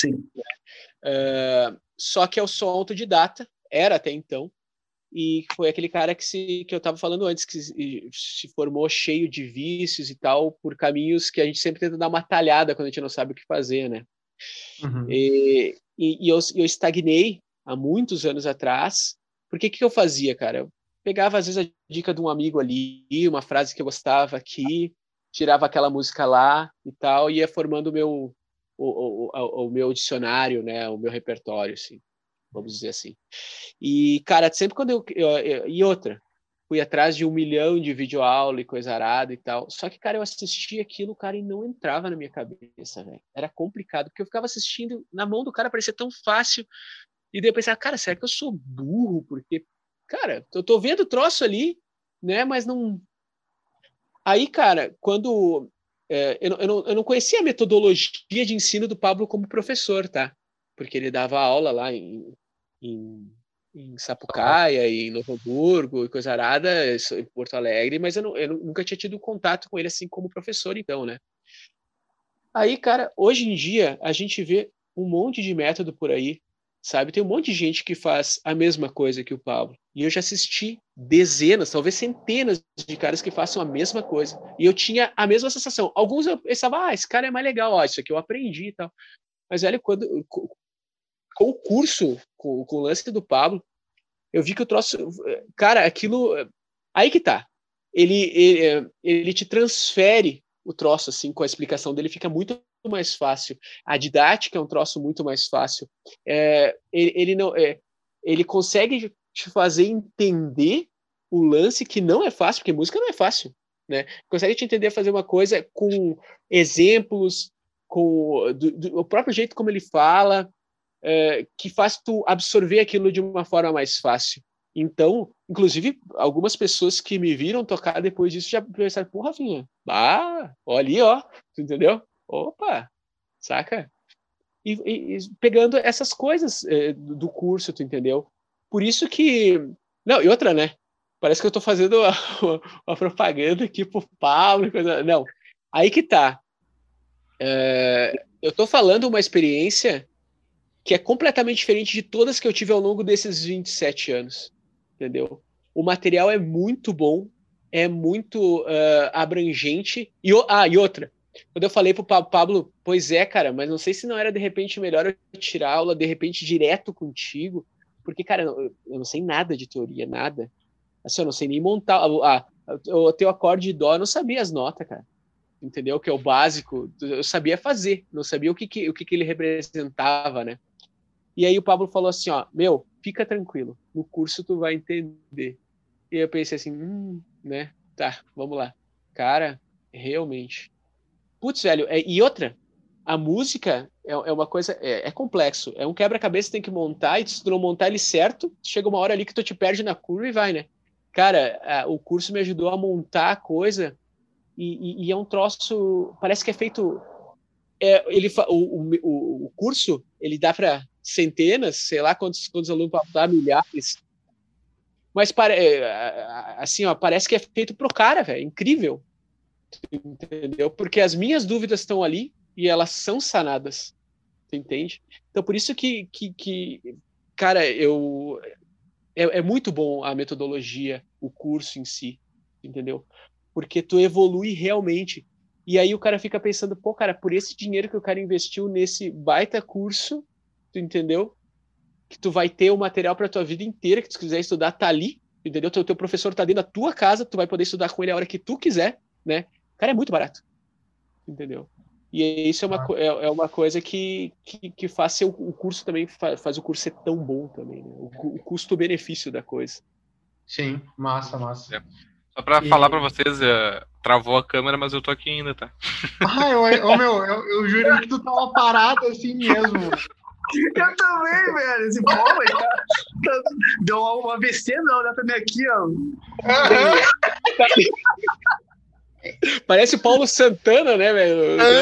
Só que eu sou autodidata, era até então, e foi aquele cara que eu estava falando antes, que se formou cheio de vícios e tal, por caminhos que a gente sempre tenta dar uma talhada quando a gente não sabe o que fazer, né? Uhum. E eu estagnei há muitos anos atrás, porque o que eu fazia, cara? Eu pegava, às vezes, a dica de um amigo ali, uma frase que eu gostava aqui, tirava aquela música lá e tal, e ia formando o meu dicionário, né? O meu repertório, assim, vamos dizer assim. E, cara, sempre quando e outra, fui atrás de 1 milhão de videoaula e coisa arada e tal. Só que, cara, eu assistia aquilo, cara, e não entrava na minha cabeça, velho. Era complicado, porque eu ficava assistindo, na mão do cara parecia tão fácil. E daí eu pensava, cara, será que eu sou burro? Porque, cara, eu tô vendo o troço ali, né, mas não... Aí, cara, quando... eu não conhecia a metodologia de ensino do Pablo como professor, tá? Porque ele dava aula lá em Sapucaia, em Novo Hamburgo, e coisa arada, em Porto Alegre, mas eu nunca tinha tido contato com ele assim como professor, então, né? Aí, cara, hoje em dia, a gente vê um monte de método por aí, sabe? Tem um monte de gente que faz a mesma coisa que o Pablo. E eu já assisti dezenas, talvez centenas de caras que façam a mesma coisa. E eu tinha a mesma sensação. Alguns eu pensava, esse cara é mais legal, isso aqui eu aprendi e tal. Mas, velho, com o curso, com o lance do Pablo, eu vi que o troço... Cara, aquilo... Aí que tá. Ele te transfere o troço, assim, com a explicação dele, fica muito mais fácil. A didática é um troço muito mais fácil. Ele consegue te fazer entender o lance que não é fácil, porque música não é fácil, né? Consegue te entender fazer uma coisa com exemplos, com o próprio jeito como ele fala, que faz tu absorver aquilo de uma forma mais fácil. Então, inclusive, algumas pessoas que me viram tocar depois disso já pensaram, porra, Rafinha, olha ali, ó, tu entendeu? Opa, saca? E pegando essas coisas do curso, tu entendeu? Por isso que... Não, e outra, né? Parece que eu tô fazendo uma propaganda aqui pro Pablo. Não, aí que tá. Eu tô falando uma experiência que é completamente diferente de todas que eu tive ao longo desses 27 anos. Entendeu? O material é muito bom, é muito abrangente. E outra, quando eu falei pro Pablo, pois é, cara, mas não sei se não era de repente melhor eu tirar aula de repente direto contigo, porque, cara, eu não sei nada de teoria, nada. Assim, eu não sei nem montar. O teu acorde de dó, eu não sabia as notas, cara. Entendeu? Que é o básico. Eu sabia fazer, não sabia o que ele representava, né? E aí o Pablo falou assim, ó, meu, fica tranquilo, no curso tu vai entender. E eu pensei assim, né, tá, vamos lá. Cara, realmente. Putz, velho, e outra, a música é uma coisa, é complexo, é um quebra-cabeça que tem que montar, e se tu não montar ele certo, chega uma hora ali que tu te perde na curva e vai, né? Cara, o curso me ajudou a montar a coisa, e é um troço, parece que é feito... O curso, ele dá para centenas, sei lá quantos alunos para dar, milhares. Mas assim, ó, parece que é feito pro cara, velho. Incrível. Entendeu? Porque as minhas dúvidas estão ali e elas são sanadas. Tu entende? Então, por isso que cara, é muito bom a metodologia, o curso em si. Entendeu? Porque tu evolui realmente. E aí o cara fica pensando, pô, cara, por esse dinheiro que o cara investiu nesse baita curso, tu entendeu? Que tu vai ter o material para tua vida inteira, que tu quiser estudar, tá ali, entendeu? Teu professor tá dentro da tua casa, tu vai poder estudar com ele a hora que tu quiser, né? Cara, é muito barato, entendeu? E isso é uma coisa que faz ser o curso também, faz o curso ser tão bom também, né? O custo-benefício da coisa. Sim, massa. Só pra falar pra vocês, travou a câmera, mas eu tô aqui ainda, tá? Eu juro que tu tava parado assim mesmo. Eu também, velho. Esse povo deu um AVC, não, olha pra mim aqui, ó. Parece o Paulo Santana, né, velho?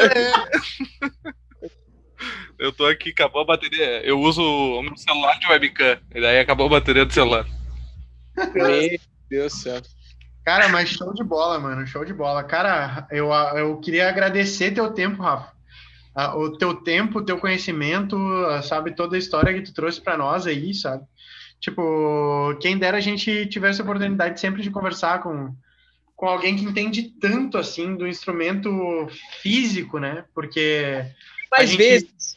Eu tô aqui, acabou a bateria. Eu uso o meu celular de webcam, e daí acabou a bateria do celular. Meu Deus do céu. Cara, mas show de bola, mano, show de bola. Cara, eu queria agradecer teu tempo, Rafa. O teu tempo, o teu conhecimento, sabe, toda a história que tu trouxe para nós aí, sabe? Tipo, quem dera a gente tivesse a oportunidade sempre de conversar com alguém que entende tanto, assim, do instrumento físico, né? Porque mais vezes.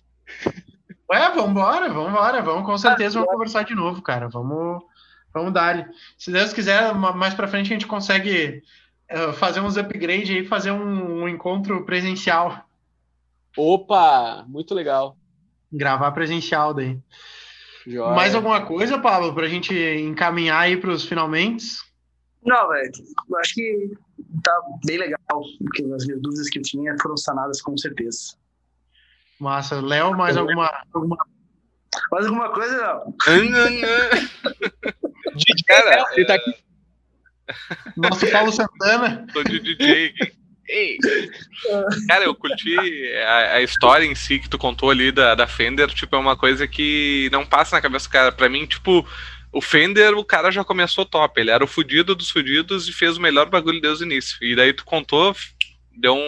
Vamos, com certeza vamos conversar de novo, cara. Vamos dar. Se Deus quiser, mais para frente a gente consegue fazer uns upgrades aí, fazer um encontro presencial. Opa, muito legal. Gravar presencial daí. Joia. Mais alguma coisa, Pablo, pra gente encaminhar aí pros finalmente? Não, velho. Acho que tá bem legal, porque as minhas dúvidas que eu tinha foram sanadas com certeza. Massa. Léo, mais alguma... Mais alguma coisa, não? Cara, ele tá aqui. Nosso Paulo Santana. Tô de DJ aqui. Ei. Cara, eu curti a história em si que tu contou ali da Fender, tipo, é uma coisa que não passa na cabeça do cara. Pra mim, tipo, o Fender, o cara já começou top, ele era o fudido dos fudidos e fez o melhor bagulho desde o início. E daí tu contou, deu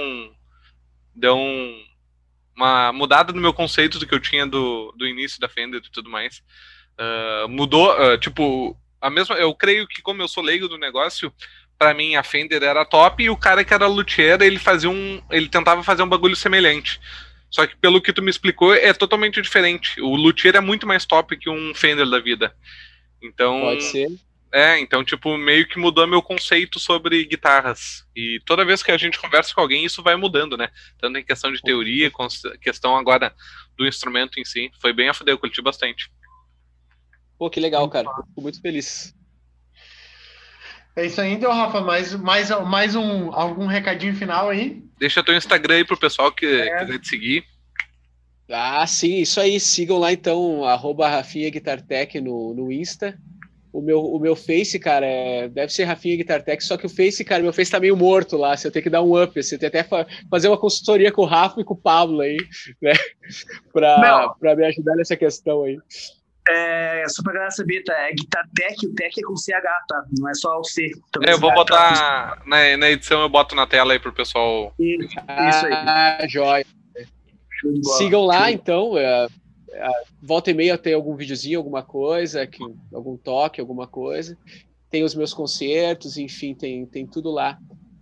uma mudada no meu conceito do que eu tinha do início da Fender e tudo mais. Mudou, tipo, eu creio que como eu sou leigo do negócio, pra mim a Fender era top e o cara que era luthier, ele tentava fazer um bagulho semelhante. Só que pelo que tu me explicou, é totalmente diferente. O luthier é muito mais top que um Fender da vida. Então, pode ser. Então, tipo, meio que mudou meu conceito sobre guitarras. E toda vez que a gente conversa com alguém, isso vai mudando, né? Tanto em questão de teoria, questão agora do instrumento em si. Foi bem a fuder, eu curti bastante. Pô, que legal, cara. Fico muito feliz. É isso aí, então, Rafa. Algum recadinho final aí? Deixa teu Instagram aí pro pessoal que quiser te seguir. Ah, sim, isso aí. Sigam lá, então, @Rafinha Guitartech no Insta. O meu Face, cara, deve ser Rafinha Guitartech, só que o Face, cara, meu Face tá meio morto lá, você tem que dar um up, você tem até fazer uma consultoria com o Rafa e com o Pablo aí, né, pra me ajudar nessa questão aí. Só pra galera saber, tá? É Guitartech, o Tech é com CH, tá? Não é só o C. Eu vou botar, na edição eu boto na tela aí pro pessoal. Isso aí. Joia. Sigam lá, então, volta e meia tem algum videozinho, alguma coisa, algum toque, alguma coisa. Tem os meus concertos, enfim, tem tudo lá.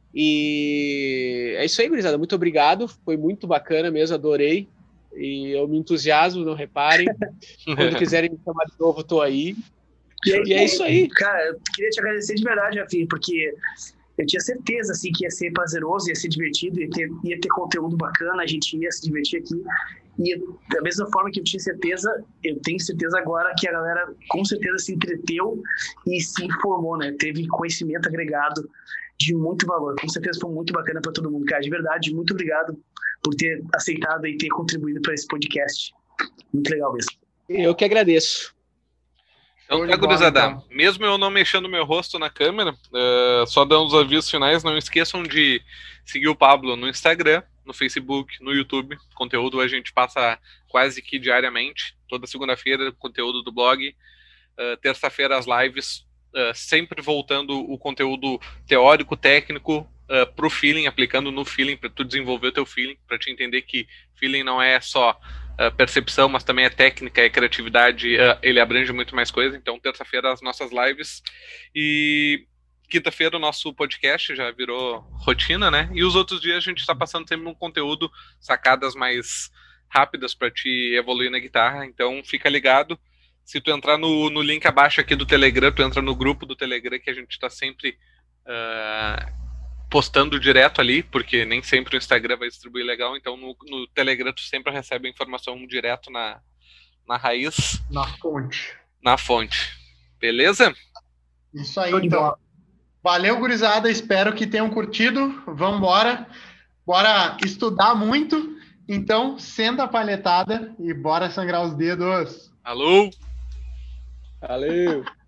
E é isso aí, gurizada. Muito obrigado. Foi muito bacana mesmo, adorei. E eu me entusiasmo, não reparem. Quando quiserem me chamar de novo, tô aí. E é isso aí. Cara, eu queria te agradecer de verdade, Rafinha, porque eu tinha certeza assim, que ia ser prazeroso, ia ser divertido, ia ter conteúdo bacana, a gente ia se divertir aqui. E da mesma forma que eu tinha certeza, eu tenho certeza agora que a galera com certeza se entreteu e se informou, né? Teve conhecimento agregado de muito valor. Com certeza foi muito bacana para todo mundo, cara. De verdade, muito obrigado por ter aceitado e ter contribuído para esse podcast. Muito legal mesmo. Eu que agradeço. Então, gurizada, mesmo eu não mexendo meu rosto na câmera, só dando os avisos finais, não esqueçam de seguir o Pablo no Instagram, no Facebook, no YouTube. Conteúdo a gente passa quase que diariamente. Toda segunda-feira, conteúdo do blog. Terça-feira, as lives. Sempre voltando o conteúdo teórico, técnico, pro feeling, aplicando no feeling, para tu desenvolver o teu feeling, para te entender que feeling não é só percepção, mas também é técnica, é criatividade, ele abrange muito mais coisa. Então, terça-feira, as nossas lives. E quinta-feira, o nosso podcast já virou rotina, né? E os outros dias a gente está passando sempre um conteúdo, sacadas mais rápidas para te evoluir na guitarra. Então, fica ligado. Se tu entrar no link abaixo aqui do Telegram, tu entra no grupo do Telegram, que a gente está sempre postando direto ali, porque nem sempre o Instagram vai distribuir legal. Então no Telegram tu sempre recebe a informação direto na raiz. Na fonte. Beleza? Isso aí, então. Valeu, gurizada. Espero que tenham curtido. Vamos embora. Bora estudar muito. Então, senta a palhetada e bora sangrar os dedos. Alô? Valeu!